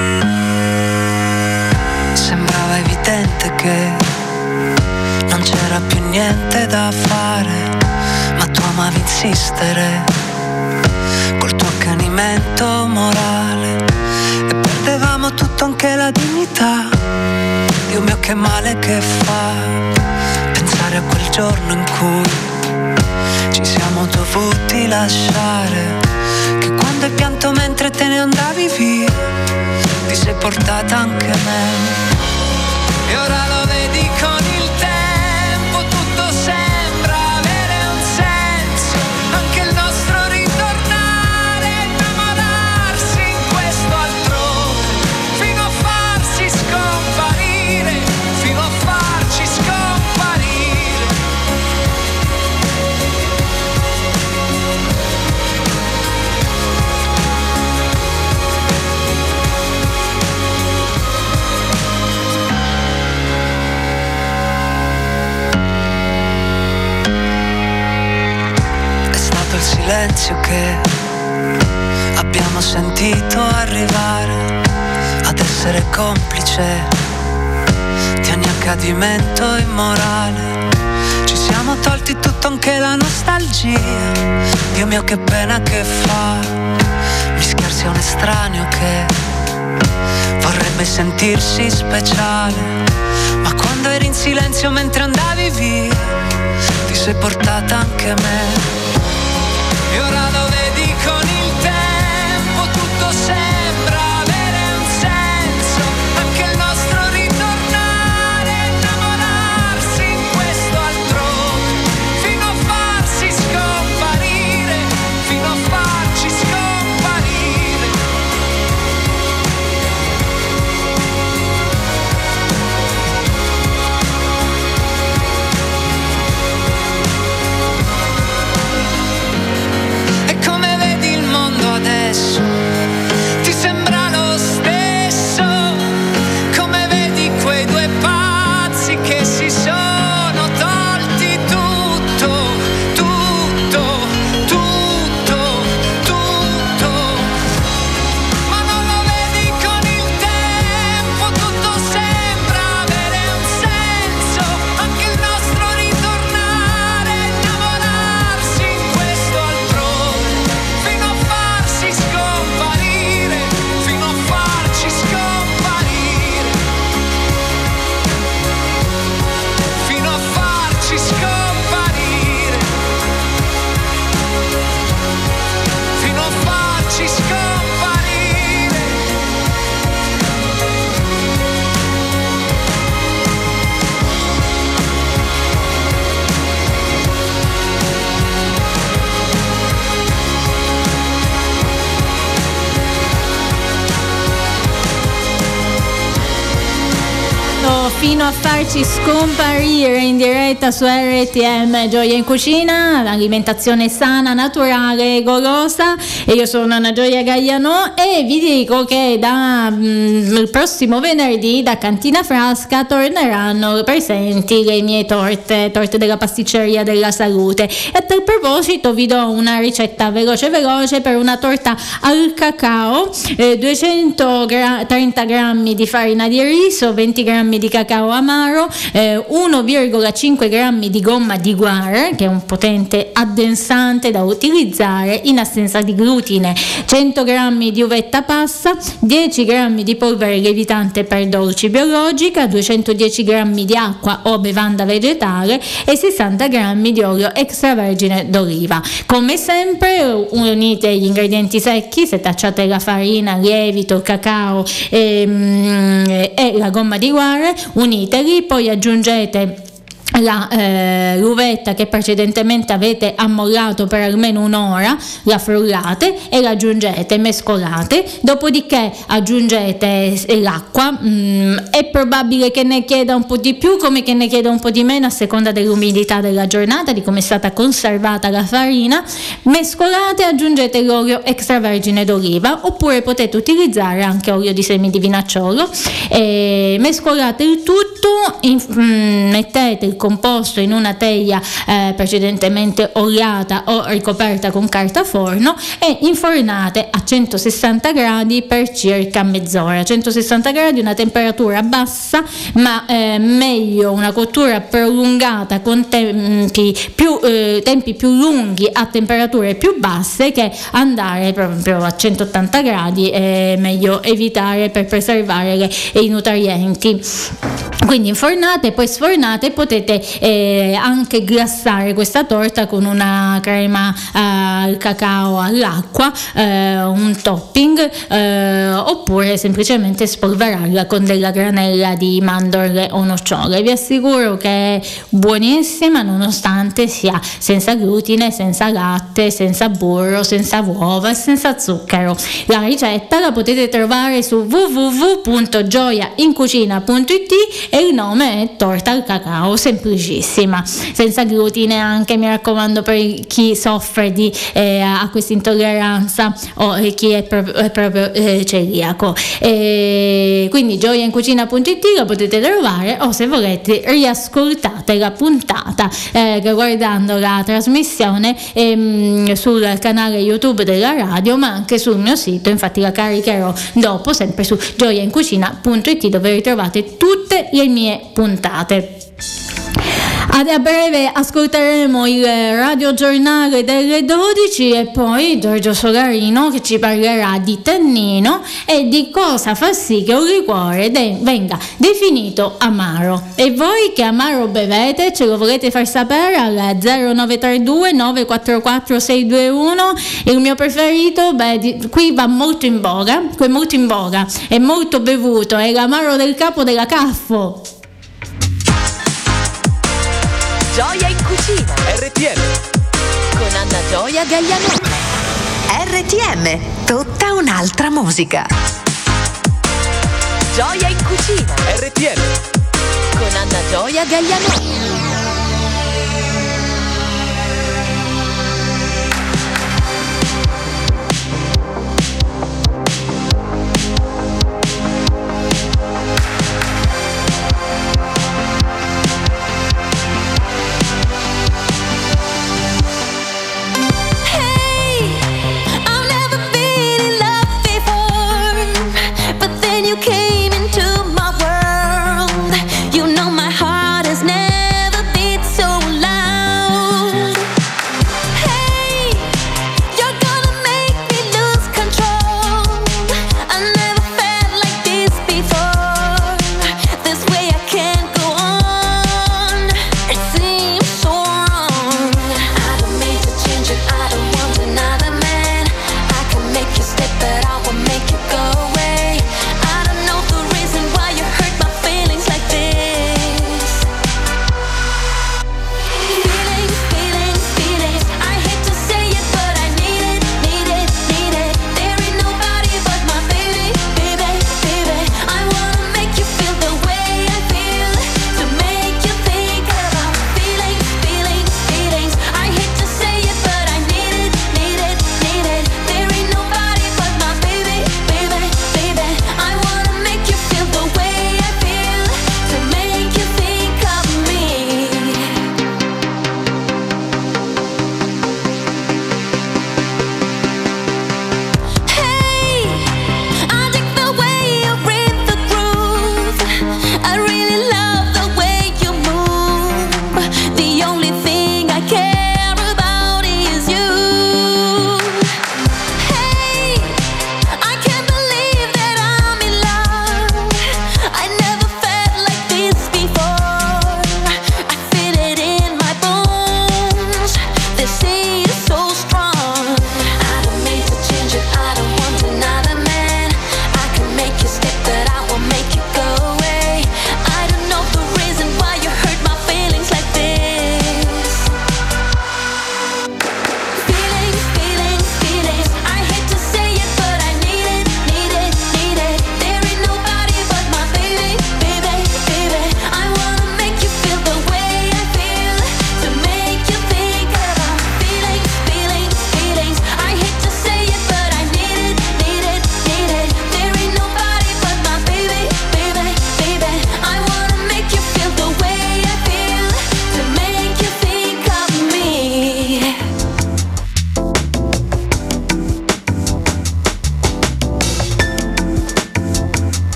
Sembrava evidente che non c'era più niente da fare, ma tu amavi insistere col tuo accanimento morale e perdevamo tutto, anche la dignità. Dio mio, che male che fa pensare a quel giorno in cui ci siamo dovuti lasciare, che quando hai pianto mentre te ne andavi via ti sei portata anche me. E ora lo vedi con il tempo, tutto sembra avere un senso, anche il nostro ritornare, innamorarsi in questo altrove, fino a farsi scomparire, fino a farci scomparire. Silenzio che abbiamo sentito arrivare ad essere complice di ogni accadimento immorale. Ci siamo tolti tutto, anche la nostalgia. Dio mio, che pena che fa mischiarsi a un estraneo che vorrebbe sentirsi speciale, ma quando eri in silenzio mentre andavi via ti sei portata anche me. E ora lo vedi con il tempo, tutto sembra avere un senso, anche il nostro ritornare, innamorarsi in questo altrove, fino a farsi scomparire, fino a farci scomparire. fino a farci scomparire in diretta su RTM Gioia in Cucina, l'alimentazione sana, naturale, golosa. E io sono Anna Gioia Gaglianò e vi dico che il prossimo venerdì da Cantina Frasca torneranno presenti le mie torte della pasticceria della salute. E a tal proposito vi do una ricetta veloce per una torta al cacao: 230 grammi di farina di riso, 20 grammi di cacao amaro, 1,5 grammi di gomma di guar, che è un potente addensante da utilizzare in assenza di glutine, 100 grammi di uvetta passa, 10 grammi di polvere lievitante per dolci biologica, 210 grammi di acqua o bevanda vegetale e 60 grammi di olio extravergine d'oliva. Come sempre unite gli ingredienti secchi, setacciate la farina, lievito, il cacao e la gomma di guar, uniteli, poi aggiungete l'uvetta che precedentemente avete ammollato per almeno un'ora, la frullate e la aggiungete, mescolate, dopodiché aggiungete l'acqua. È probabile che ne chieda un po' di più come che ne chieda un po' di meno a seconda dell'umidità della giornata, di come è stata conservata la farina. Mescolate, aggiungete l'olio extravergine d'oliva oppure potete utilizzare anche olio di semi di vinacciolo, mescolate il tutto, mettete il composto in una teglia precedentemente oliata o ricoperta con carta forno e infornate a 160 gradi per circa mezz'ora. 160 gradi, una temperatura bassa, ma meglio una cottura prolungata con tempi più lunghi a temperature più basse che andare proprio a 180 gradi, è meglio evitare per preservare i nutrienti. Quindi infornate, poi sfornate, potete anche glassare questa torta con una crema al cacao all'acqua, un topping, oppure semplicemente spolverarla con della granella di mandorle o nocciole. Vi assicuro che è buonissima nonostante sia senza glutine, senza latte, senza burro, senza uova e senza zucchero. La ricetta la potete trovare su www.gioiaincucina.it e il nome è torta al cacao, semplicissima, senza glutine anche, mi raccomando, per chi soffre a questa intolleranza o chi è proprio celiaco. Quindi gioiaincucina.it la potete trovare, o se volete riascoltate la puntata guardando la trasmissione sul canale YouTube della radio, ma anche sul mio sito. Infatti la caricherò dopo, sempre su gioiaincucina.it, dove ritrovate tutte le mie puntate. A breve ascolteremo il radiogiornale delle 12 e poi Giorgio Solarino che ci parlerà di tannino e di cosa fa sì che un liquore venga definito amaro. E voi che amaro bevete? Ce lo volete far sapere al 0932 944 621. Il mio preferito, qui va molto in voga, è molto bevuto, è l'amaro del capo della Caffo. Gioia in Cucina. RTM con Anna Gioia Gaglianò. RTM, tutta un'altra musica. Gioia in Cucina. RTM con Anna Gioia Gaglianò. You came into my world. You know my heart has never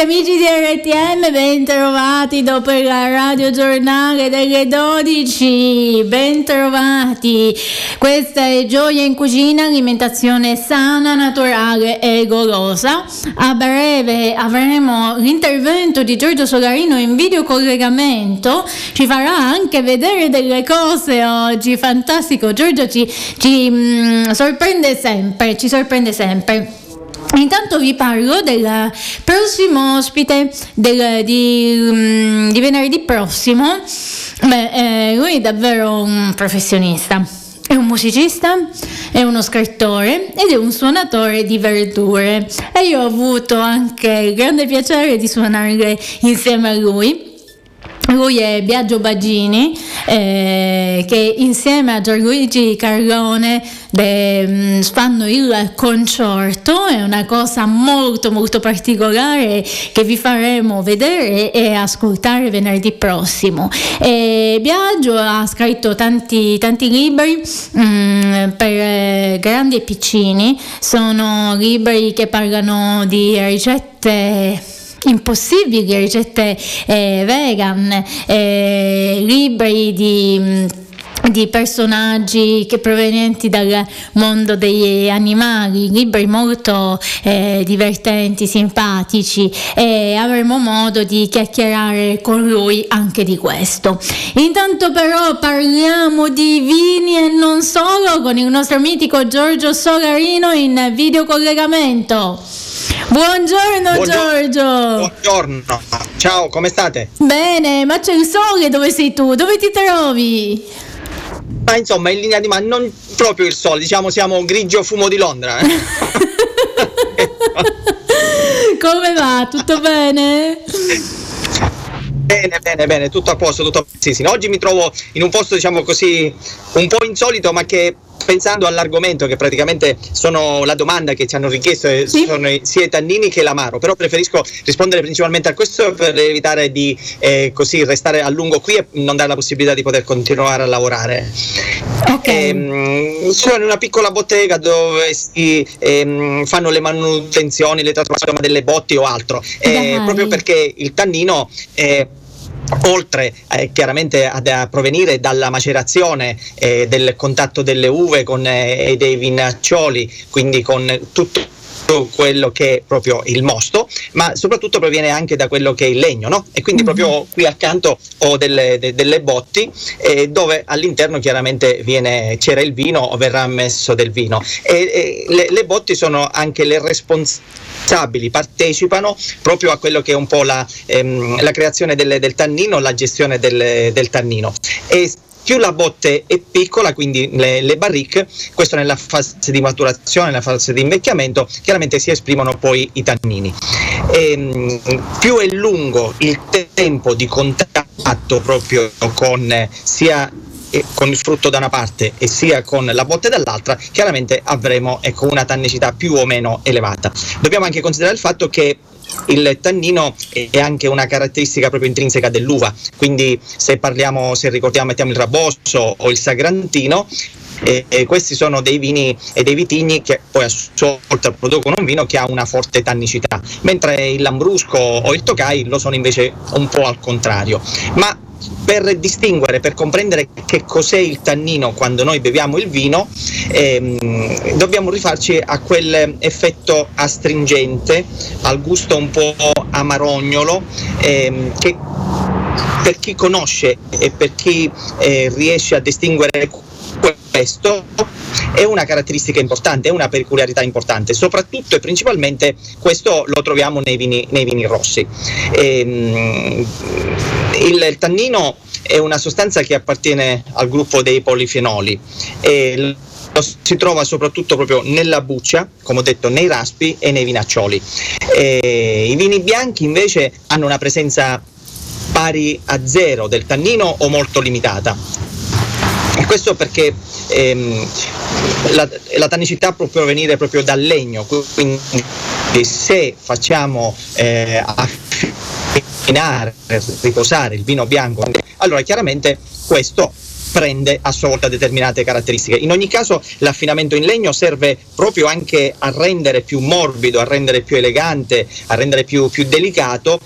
amici di RTM, bentrovati dopo il radio giornale delle 12, bentrovati. Questa è Gioia in Cucina, alimentazione sana, naturale e golosa. A breve avremo l'intervento di Giorgio Solarino in videocollegamento, ci farà anche vedere delle cose oggi, fantastico. Giorgio ci sorprende sempre. Intanto vi parlo del prossimo ospite di venerdì prossimo. Lui è davvero un professionista, è un musicista, è uno scrittore ed è un suonatore di verdure, e io ho avuto anche il grande piacere di suonare insieme a lui. Lui è Biagio Baggini, che insieme a Gianluigi Carlone fanno il concerto. È una cosa molto molto particolare che vi faremo vedere e ascoltare venerdì prossimo. Biagio ha scritto tanti libri per grandi e piccini. Sono libri che parlano di ricette impossibili, ricette vegan, libri di personaggi che provenienti dal mondo degli animali, libri molto divertenti, simpatici, e avremo modo di chiacchierare con lui anche di questo. Intanto però parliamo di vini e non solo con il nostro mitico Giorgio Solarino in videocollegamento. Buongiorno Giorgio. Buongiorno, ciao, come state? Bene, ma c'è il sole, dove sei tu? Dove ti trovi? Ma insomma, in linea di ma non proprio il sole, diciamo siamo grigio fumo di Londra. Come va? Tutto bene? Bene, tutto a posto, sì. Oggi mi trovo in un posto, diciamo così, un po' insolito, ma che, pensando all'argomento, che praticamente sono la domanda che ci hanno richiesto, sono sia i tannini che l'amaro, però preferisco rispondere principalmente a questo per evitare di così restare a lungo qui e non dare la possibilità di poter continuare a lavorare. Sono in una piccola bottega dove si fanno le manutenzioni, le trasformazioni delle botti o altro, proprio perché il tannino oltre chiaramente a provenire dalla macerazione del contatto delle uve con dei vinaccioli, quindi con tutto quello che è proprio il mosto, ma soprattutto proviene anche da quello che è il legno, no? E quindi proprio qui accanto ho delle botti dove all'interno chiaramente c'era il vino o verrà messo del vino, e le botti sono anche le responsabili, partecipano proprio a quello che è un po' la creazione del tannino, la gestione del tannino. E più la botte è piccola, quindi le barrique, questo nella fase di maturazione, nella fase di invecchiamento, chiaramente si esprimono poi i tannini. Più è lungo il tempo di contatto proprio con sia con il frutto da una parte e sia con la botte dall'altra, chiaramente avremo una tannicità più o meno elevata. Dobbiamo anche considerare il fatto che il tannino è anche una caratteristica proprio intrinseca dell'uva, quindi se ricordiamo, mettiamo il Raboso o il Sagrantino, questi sono dei vini e dei vitigni che poi a sua volta producono un vino che ha una forte tannicità, mentre il Lambrusco o il Tokai lo sono invece un po' al contrario. Ma per distinguere, per comprendere che cos'è il tannino quando noi beviamo il vino, dobbiamo rifarci a quell'effetto astringente, al gusto un po' amarognolo, che per chi conosce e per chi riesce a distinguere questo è una caratteristica importante, è una peculiarità importante, soprattutto e principalmente questo lo troviamo nei vini rossi. Il tannino è una sostanza che appartiene al gruppo dei polifenoli e lo si trova soprattutto proprio nella buccia, come ho detto, nei raspi e nei vinaccioli. I vini bianchi invece hanno una presenza pari a zero del tannino o molto limitata. E questo perché la tannicità può provenire proprio dal legno, quindi se facciamo affinare, riposare il vino bianco, allora chiaramente questo prende a sua volta determinate caratteristiche. In ogni caso l'affinamento in legno serve proprio anche a rendere più morbido, a rendere più elegante, a rendere più delicato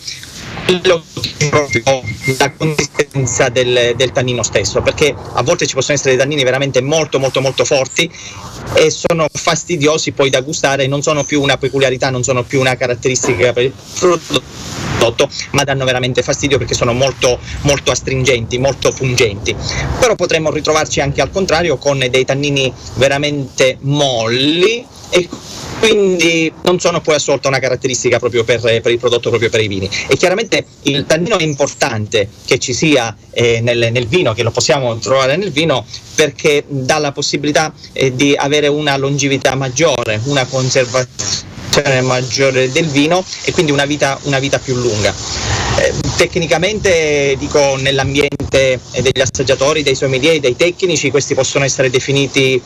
proprio la consistenza del tannino stesso, perché a volte ci possono essere dei tannini veramente molto forti e sono fastidiosi poi da gustare, non sono più una peculiarità, non sono più una caratteristica per il prodotto, ma danno veramente fastidio perché sono molto astringenti, molto pungenti. Però potremmo ritrovarci anche al contrario con dei tannini veramente molli e quindi non sono poi assolta una caratteristica proprio per il prodotto, proprio per i vini. E chiaramente il tannino è importante che ci sia nel vino, che lo possiamo trovare nel vino, perché dà la possibilità di avere una longevità maggiore, una conservazione maggiore del vino e quindi una vita più lunga. Tecnicamente, dico, nell'ambiente degli assaggiatori, dei sommelier, dei tecnici, questi possono essere definiti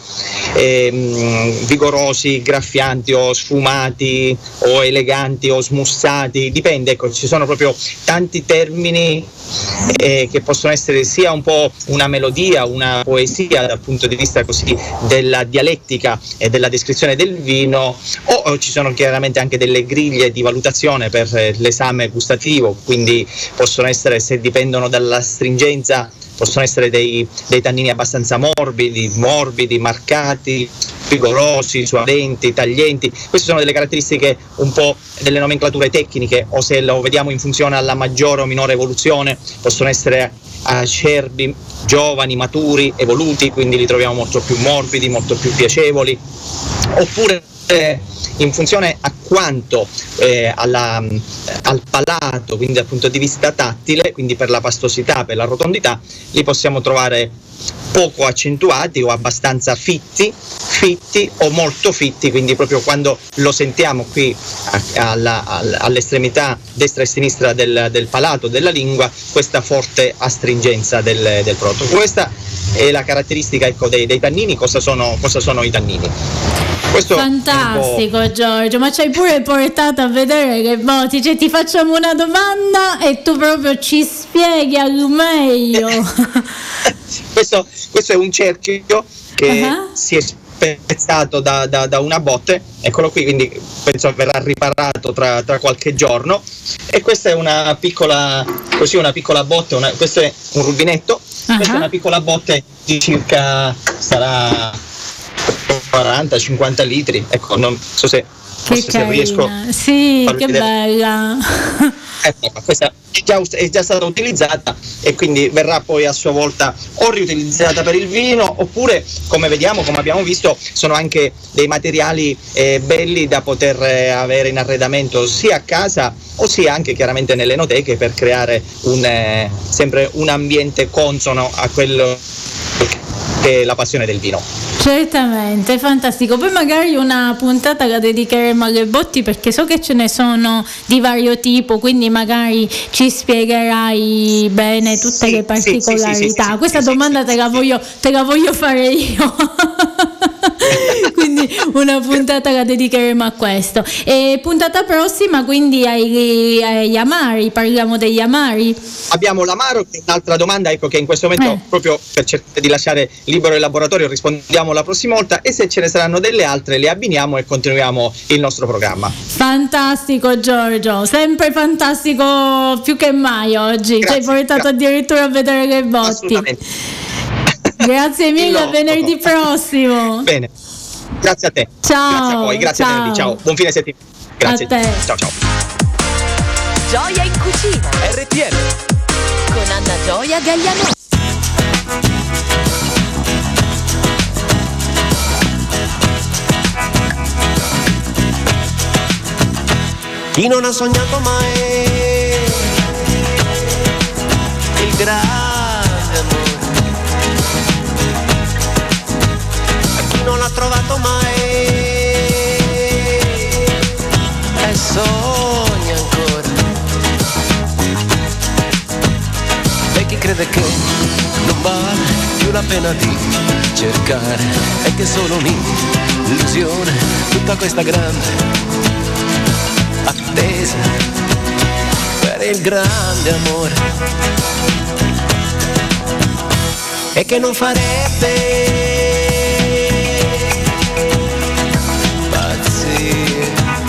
vigorosi, graffianti o sfumati o eleganti o smussati, dipende, ecco, ci sono proprio tanti termini che possono essere sia un po' una melodia, una poesia dal punto di vista così della dialettica e della descrizione del vino, o ci sono chiaramente anche delle griglie di valutazione per l'esame gustativo, quindi possono essere, se dipendono dalla stringenza, possono essere dei tannini abbastanza morbidi, marcati, vigorosi, suadenti, taglienti. Queste sono delle caratteristiche un po' delle nomenclature tecniche, o se lo vediamo in funzione alla maggiore o minore evoluzione, possono essere acerbi, giovani, maturi, evoluti, quindi li troviamo molto più morbidi, molto più piacevoli, oppure in funzione a quanto al palato, quindi dal punto di vista tattile, quindi per la pastosità, per la rotondità, li possiamo trovare poco accentuati o abbastanza fitti o molto fitti, quindi proprio quando lo sentiamo qui all'estremità destra e sinistra del palato, della lingua, questa forte astringenza del prodotto. Questa è la caratteristica, ecco, dei tannini. Cosa sono i tannini? Questo fantastico, Giorgio, ma ci hai pure portato a vedere che botti, cioè ti facciamo una domanda e tu proprio ci spieghi al meglio. Questo è un cerchio che si è spezzato da una botte, eccolo qui, quindi penso verrà riparato tra qualche giorno, e questa è una piccola botte, questo è un rubinetto, questa è una piccola botte di circa, sarà 40-50 litri, ecco, non so se riesco. Sì, che bella. Questa è già stata utilizzata e quindi verrà poi a sua volta o riutilizzata per il vino, oppure, come abbiamo visto, sono anche dei materiali belli da poter avere in arredamento sia a casa o sia anche chiaramente nelle enoteche, per creare sempre un ambiente consono a quello che è la passione del vino. Certamente, fantastico. Poi magari una puntata la dedicheremo alle botti, perché so che ce ne sono di vario tipo, quindi magari ci spiegherai bene tutte le particolarità. Questa domanda te la voglio fare io. Quindi una puntata la dedicheremo a questo. E puntata prossima quindi agli amari, parliamo degli amari. Abbiamo l'amaro, che è un'altra domanda, ecco, che in questo momento proprio per cercare di lasciare libero il laboratorio rispondiamo la prossima volta, e se ce ne saranno delle altre le abbiniamo e continuiamo il nostro programma. Fantastico, Giorgio, sempre fantastico, più che mai oggi. Ci hai portato addirittura a vedere le botti. Grazie mille, a venerdì prossimo. Bene, grazie a te. Ciao. Grazie a voi, grazie a venerdì, ciao, buon fine settimana. Grazie a te. Ciao. Gioia in cucina. RTM con Anna Gioia Gagliano. Chi non ha sognato mai il grande amore, a chi non l'ha trovato mai e sogna ancora, e chi crede che non vale più la pena di cercare, e che è solo un'illusione tutta questa grande attesa per il grande amore. e che non farebbe pazzie.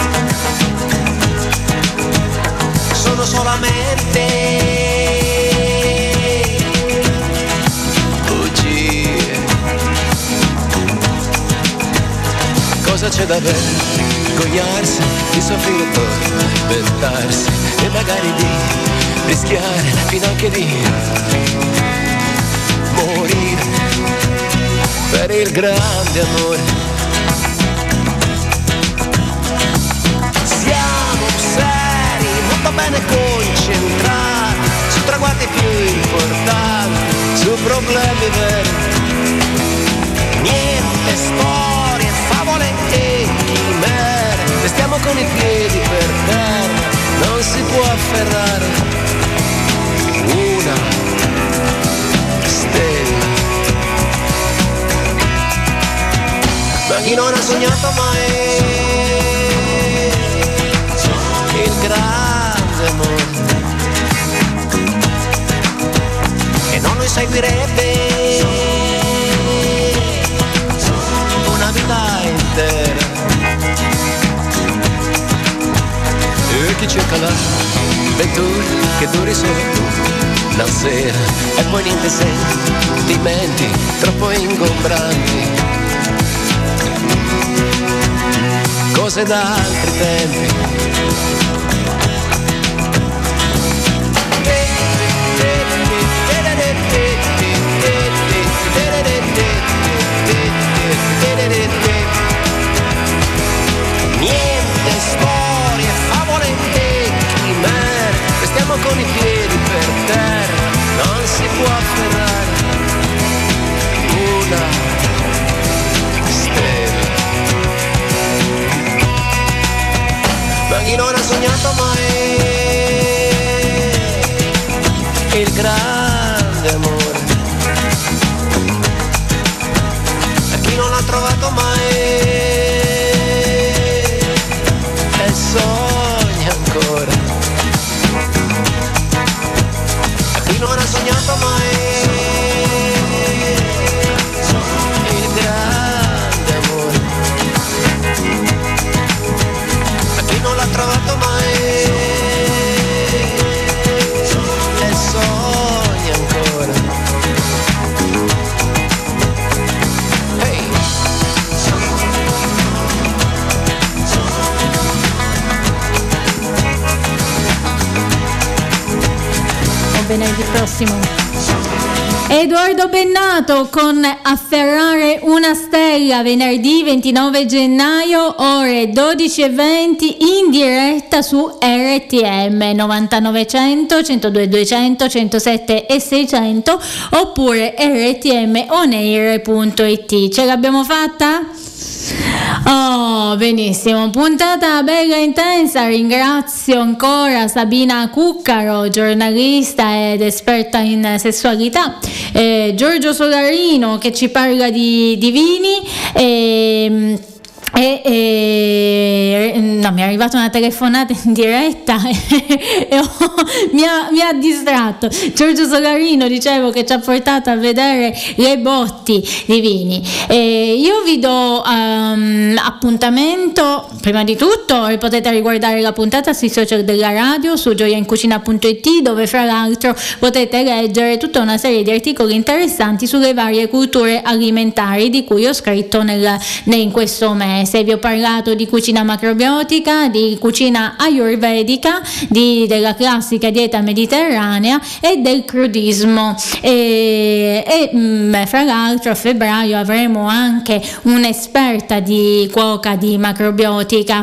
Sono solamente bugie. Cosa c'è da vergognarsi di soffrire per darsi e magari di rischiare fino anche di morire per il grande amore. Siamo seri, molto bene concentrati su traguardi più importanti, su problemi veri. Niente storie, favole e chimere, restiamo con i piedi per terra, non si può afferrare una stella. Ma chi non ha sognato mai il grande amore e non lo seguirebbe una vita intera. E chi cerca l'avventura che duri solo la sera e poi niente sentimenti troppo ingombranti, cose da altri tempi. Niente storie, favole e chimere, restiamo con i piedi per terra, non si può afferrare una stella. Ma chi non ha sognato mai il grande amore, a chi non l'ha trovato mai e sogna ancora, a chi non ha sognato mai il grande amore, a chi non l'ha trovato mai e sogna ancora. Hey. Venerdì prossimo. Edoardo Bennato con Afferrare una stella, venerdì 29 gennaio ore 12:20 in diretta su RTM 9900 102 200 107 e 600 oppure rtmonair.it. Ce l'abbiamo fatta? Oh, benissimo, puntata bella intensa. Ringrazio ancora Sabina Cuccaro, giornalista ed esperta in sessualità, Giorgio Solarino che ci parla di vini no, mi è arrivata una telefonata in diretta e mi ha distratto. Giorgio Solarino, dicevo, che ci ha portato a vedere le botti di vini. Io vi do appuntamento. Prima di tutto potete riguardare la puntata sui social della radio, su gioiaincuscina.it, dove fra l'altro potete leggere tutta una serie di articoli interessanti sulle varie culture alimentari di cui ho scritto in questo mese. Vi ho parlato di cucina macrobiotica, di cucina ayurvedica, della classica dieta mediterranea e del crudismo. Fra l'altro a febbraio avremo anche un'esperta di cuoca di macrobiotica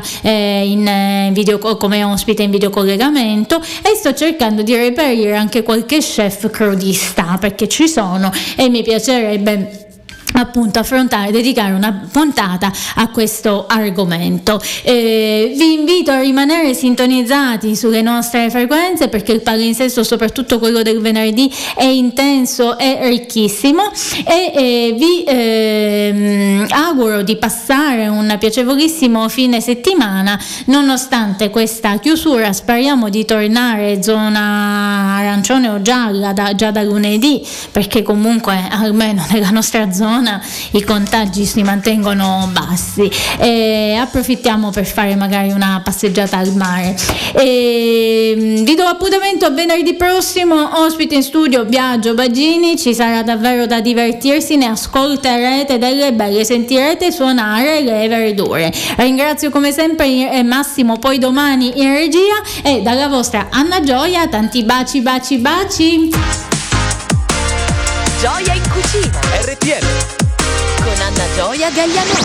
come ospite in videocollegamento, e sto cercando di reperire anche qualche chef crudista, perché ci sono, e mi piacerebbe appunto dedicare una puntata a questo argomento. Vi invito a rimanere sintonizzati sulle nostre frequenze, perché il palinsesto, soprattutto quello del venerdì, è intenso e ricchissimo, e vi auguro di passare un piacevolissimo fine settimana nonostante questa chiusura. Speriamo di tornare zona arancione o gialla già da lunedì, perché comunque almeno nella nostra zona i contagi si mantengono bassi, e approfittiamo per fare magari una passeggiata al mare. Vi do appuntamento a venerdì prossimo, ospite in studio Biagio Baggini, ci sarà davvero da divertirsi, ne ascolterete delle belle, sentirete suonare le verdure. Ringrazio come sempre Massimo Poi Domani in regia, e dalla vostra Anna Gioia tanti baci baci baci. Gioia in cucina. RTM Con Anna Gioia Gaglianò.